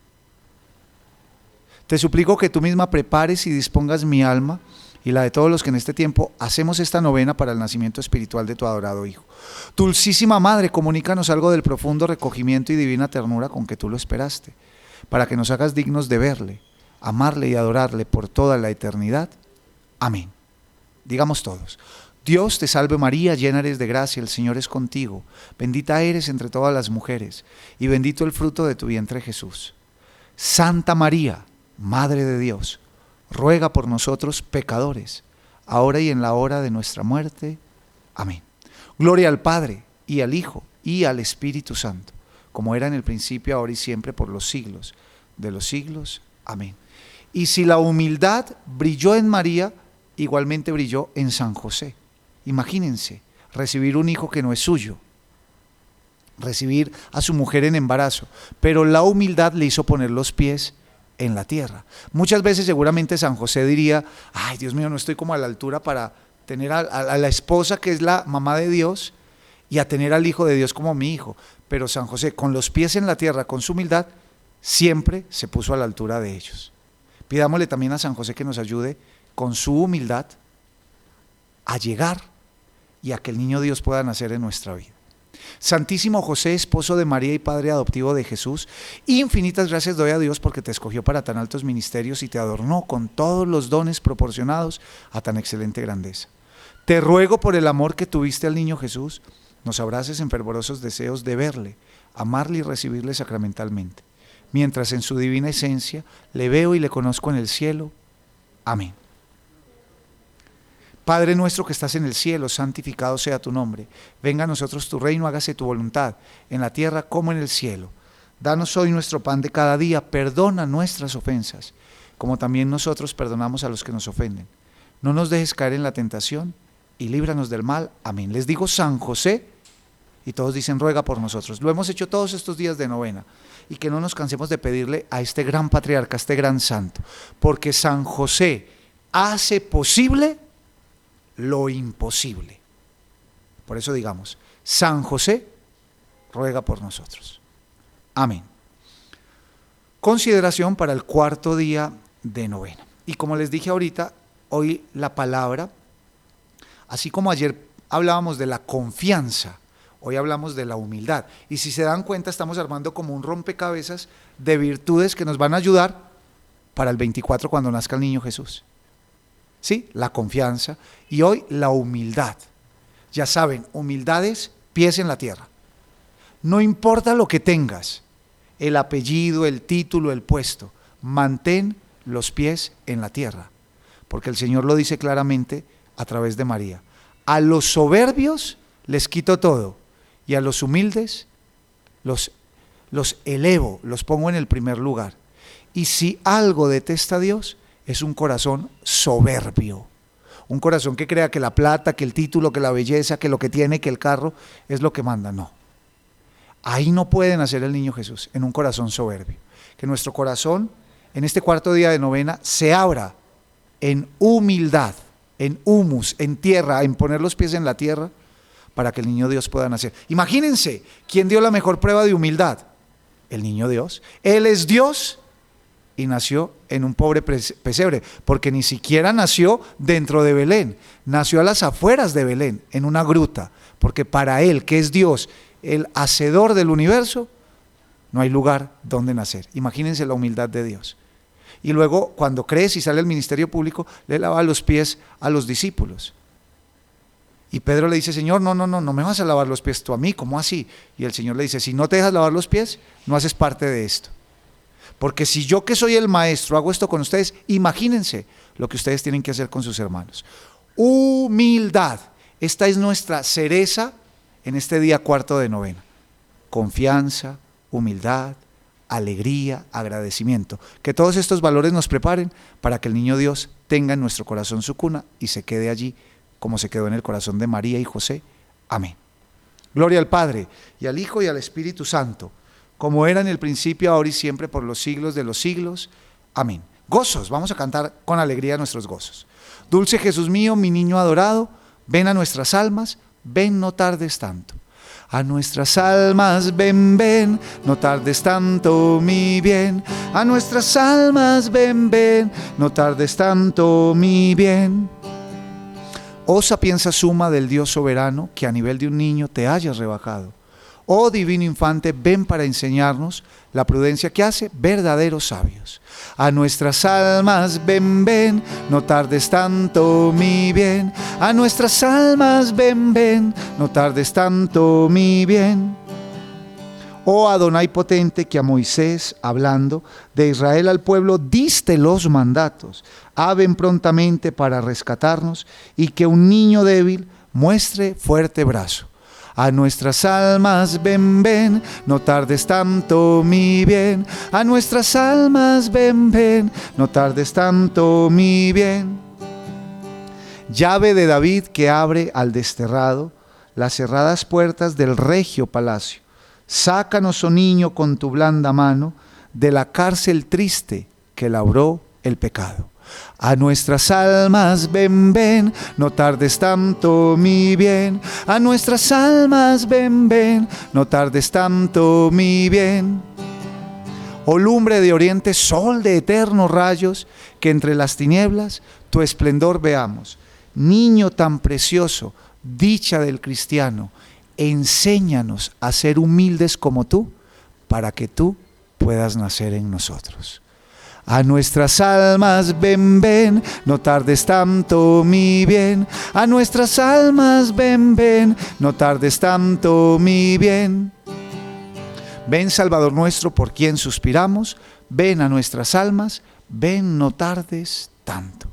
Te suplico que tú misma prepares y dispongas mi alma y la de todos los que en este tiempo hacemos esta novena para el nacimiento espiritual de tu adorado Hijo. Dulcísima Madre, comunícanos algo del profundo recogimiento y divina ternura con que tú lo esperaste, para que nos hagas dignos de verle, amarle y adorarle por toda la eternidad. Amén. Digamos todos: Dios te salve María, llena eres de gracia, el Señor es contigo, bendita eres entre todas las mujeres, y bendito el fruto de tu vientre Jesús. Santa María, Madre de Dios, ruega por nosotros pecadores, ahora y en la hora de nuestra muerte. Amén. Gloria al Padre, y al Hijo, y al Espíritu Santo, como era en el principio, ahora y siempre, por los siglos de los siglos. Amén. Y si la humildad brilló en María, igualmente brilló en San José. Imagínense, recibir un hijo que no es suyo, recibir a su mujer en embarazo, pero la humildad le hizo poner los pies en la tierra. Muchas veces seguramente San José diría, ay Dios mío, no estoy como a la altura para tener a, a, a la esposa que es la mamá de Dios y a tener al Hijo de Dios como mi hijo. Pero San José, con los pies en la tierra, con su humildad, siempre se puso a la altura de ellos. Pidámosle también a San José que nos ayude con su humildad a llegar y a que el niño Dios pueda nacer en nuestra vida. Santísimo José, esposo de María y padre adoptivo de Jesús, infinitas gracias doy a Dios porque te escogió para tan altos ministerios y te adornó con todos los dones proporcionados a tan excelente grandeza. Te ruego por el amor que tuviste al niño Jesús, nos abraces en fervorosos deseos de verle, amarle y recibirle sacramentalmente, mientras en su divina esencia le veo y le conozco en el cielo. Amén. Padre nuestro que estás en el cielo, santificado sea tu nombre. Venga a nosotros tu reino, hágase tu voluntad, en la tierra como en el cielo. Danos hoy nuestro pan de cada día, perdona nuestras ofensas, como también nosotros perdonamos a los que nos ofenden. No nos dejes caer en la tentación y líbranos del mal. Amén. Les digo San José, y todos dicen ruega por nosotros. Lo hemos hecho todos estos días de novena, y que no nos cansemos de pedirle a este gran patriarca, a este gran santo, porque San José hace posible lo imposible. Por eso digamos, San José ruega por nosotros. Amén. Consideración para el cuarto día de novena. Y como les dije ahorita, hoy la palabra, así como ayer hablábamos de la confianza, hoy hablamos de la humildad. Y si se dan cuenta, estamos armando como un rompecabezas de virtudes que nos van a ayudar para el veinticuatro cuando nazca el niño Jesús. Sí, la confianza y hoy la humildad. Ya saben, humildad es pies en la tierra. No importa lo que tengas, el apellido, el título, el puesto, mantén los pies en la tierra, porque el Señor lo dice claramente a través de María. A los soberbios les quito todo y a los humildes los, los elevo, los pongo en el primer lugar. Y si algo detesta a Dios, es un corazón soberbio, un corazón que crea que la plata, que el título, que la belleza, que lo que tiene, que el carro es lo que manda. No, ahí no puede nacer el niño Jesús, en un corazón soberbio. Que nuestro corazón en este cuarto día de novena se abra en humildad, en humus, en tierra, en poner los pies en la tierra para que el niño Dios pueda nacer. Imagínense, ¿quién dio la mejor prueba de humildad? El niño Dios. Él es Dios y nació en un pobre pesebre, porque ni siquiera nació dentro de Belén, nació a las afueras de Belén, en una gruta, porque para Él, que es Dios, el hacedor del universo, no hay lugar donde nacer. Imagínense la humildad de Dios. Y luego, cuando crece y sale al ministerio público, le lava los pies a los discípulos. Y Pedro le dice, Señor, no, no, no, no me vas a lavar los pies tú a mí, ¿cómo así? Y el Señor le dice, si no te dejas lavar los pies, no haces parte de esto. Porque si yo, que soy el maestro, hago esto con ustedes, imagínense lo que ustedes tienen que hacer con sus hermanos. Humildad. Esta es nuestra cereza en este día cuarto de novena. Confianza, humildad, alegría, agradecimiento. Que todos estos valores nos preparen para que el niño Dios tenga en nuestro corazón su cuna y se quede allí como se quedó en el corazón de María y José. Amén. Gloria al Padre, y al Hijo, y al Espíritu Santo, como era en el principio, ahora y siempre, por los siglos de los siglos. Amén. Gozos, vamos a cantar con alegría nuestros gozos. Dulce Jesús mío, mi niño adorado, ven a nuestras almas, ven, no tardes tanto. A nuestras almas, ven, ven, no tardes tanto, mi bien. A nuestras almas, ven, ven, no tardes tanto, mi bien. Oh sapienza suma del Dios soberano, que a nivel de un niño te hayas rebajado. Oh divino infante, ven para enseñarnos la prudencia que hace verdaderos sabios. A nuestras almas, ven, ven, no tardes tanto, mi bien. A nuestras almas, ven, ven, no tardes tanto, mi bien. Oh Adonai potente, que a Moisés, hablando de Israel al pueblo, diste los mandatos. Ah, ven prontamente para rescatarnos, y que un niño débil muestre fuerte brazo. A nuestras almas, ven, ven, no tardes tanto, mi bien. A nuestras almas, ven, ven, no tardes tanto, mi bien. Llave de David que abre al desterrado las cerradas puertas del regio palacio. Sácanos, oh niño, con tu blanda mano, de la cárcel triste que labró el pecado. A nuestras almas, ven, ven, no tardes tanto, mi bien. A nuestras almas, ven, ven, no tardes tanto, mi bien. Oh lumbre de oriente, sol de eternos rayos, que entre las tinieblas tu esplendor veamos. Niño tan precioso, dicha del cristiano, enséñanos a ser humildes como tú, para que tú puedas nacer en nosotros. A nuestras almas, ven, ven, no tardes tanto, mi bien. A nuestras almas, ven, ven, no tardes tanto, mi bien. Ven, Salvador nuestro, por quien suspiramos, ven a nuestras almas, ven, no tardes tanto.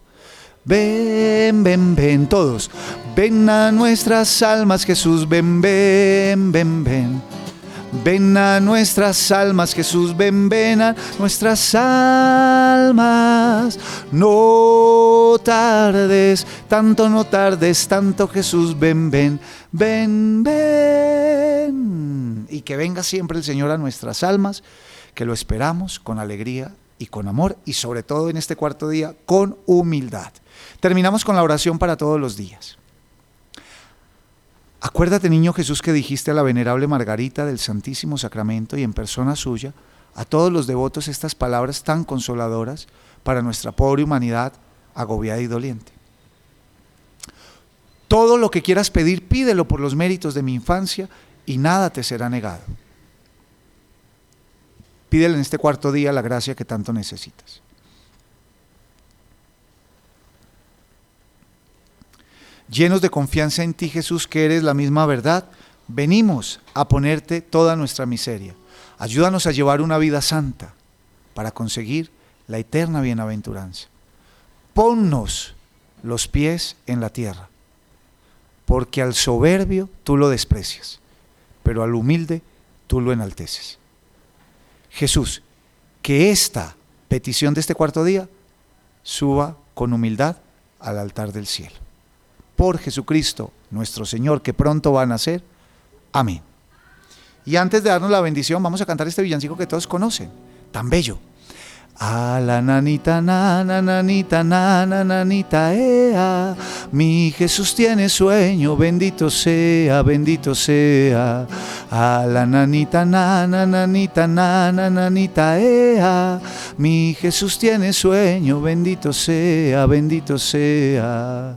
Ven, ven, ven, todos, ven a nuestras almas, Jesús, ven, ven, ven, ven. Ven a nuestras almas, Jesús, ven, ven a nuestras almas. No tardes, tanto no tardes, tanto Jesús, ven, ven, ven, ven. Y que venga siempre el Señor a nuestras almas, que lo esperamos con alegría y con amor, y sobre todo en este cuarto día, con humildad. Terminamos con la oración para todos los días. Acuérdate, niño Jesús, que dijiste a la venerable Margarita del Santísimo Sacramento y en persona suya, a todos los devotos estas palabras tan consoladoras para nuestra pobre humanidad agobiada y doliente. Todo lo que quieras pedir, pídelo por los méritos de mi infancia y nada te será negado. Pídele en este cuarto día la gracia que tanto necesitas. Llenos de confianza en ti, Jesús, que eres la misma verdad, venimos a ponerte toda nuestra miseria. Ayúdanos a llevar una vida santa para conseguir la eterna bienaventuranza. Ponnos los pies en la tierra, porque al soberbio tú lo desprecias, pero al humilde tú lo enalteces. Jesús, que esta petición de este cuarto día suba con humildad al altar del cielo. Por Jesucristo, nuestro Señor, que pronto va a nacer. Amén. Y antes de darnos la bendición, vamos a cantar este villancico que todos conocen, tan bello. A la nanita, nana, nanita, nana, nanita, ea, mi Jesús tiene sueño, bendito sea, bendito sea. A la nanita, nana, nanita, nana, nanita, ea, mi Jesús tiene sueño, bendito sea, bendito sea.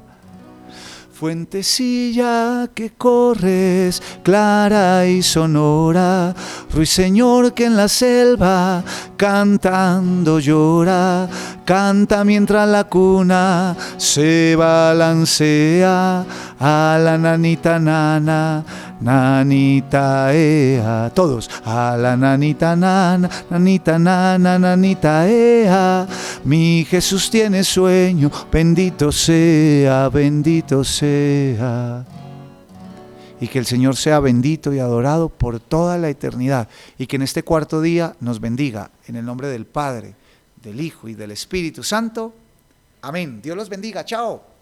Fuentecilla que corres, clara y sonora, ruiseñor que en la selva cantando llora, canta mientras la cuna se balancea. A la nanita nana, nanita ea, todos, a la nanita nana, nanita nana, nanita ea, mi Jesús tiene sueño, bendito sea, bendito sea. y que el Señor sea bendito y adorado por toda la eternidad, y que en este cuarto día nos bendiga, en el nombre del Padre, del Hijo y del Espíritu Santo. Amén. Dios los bendiga. Chao.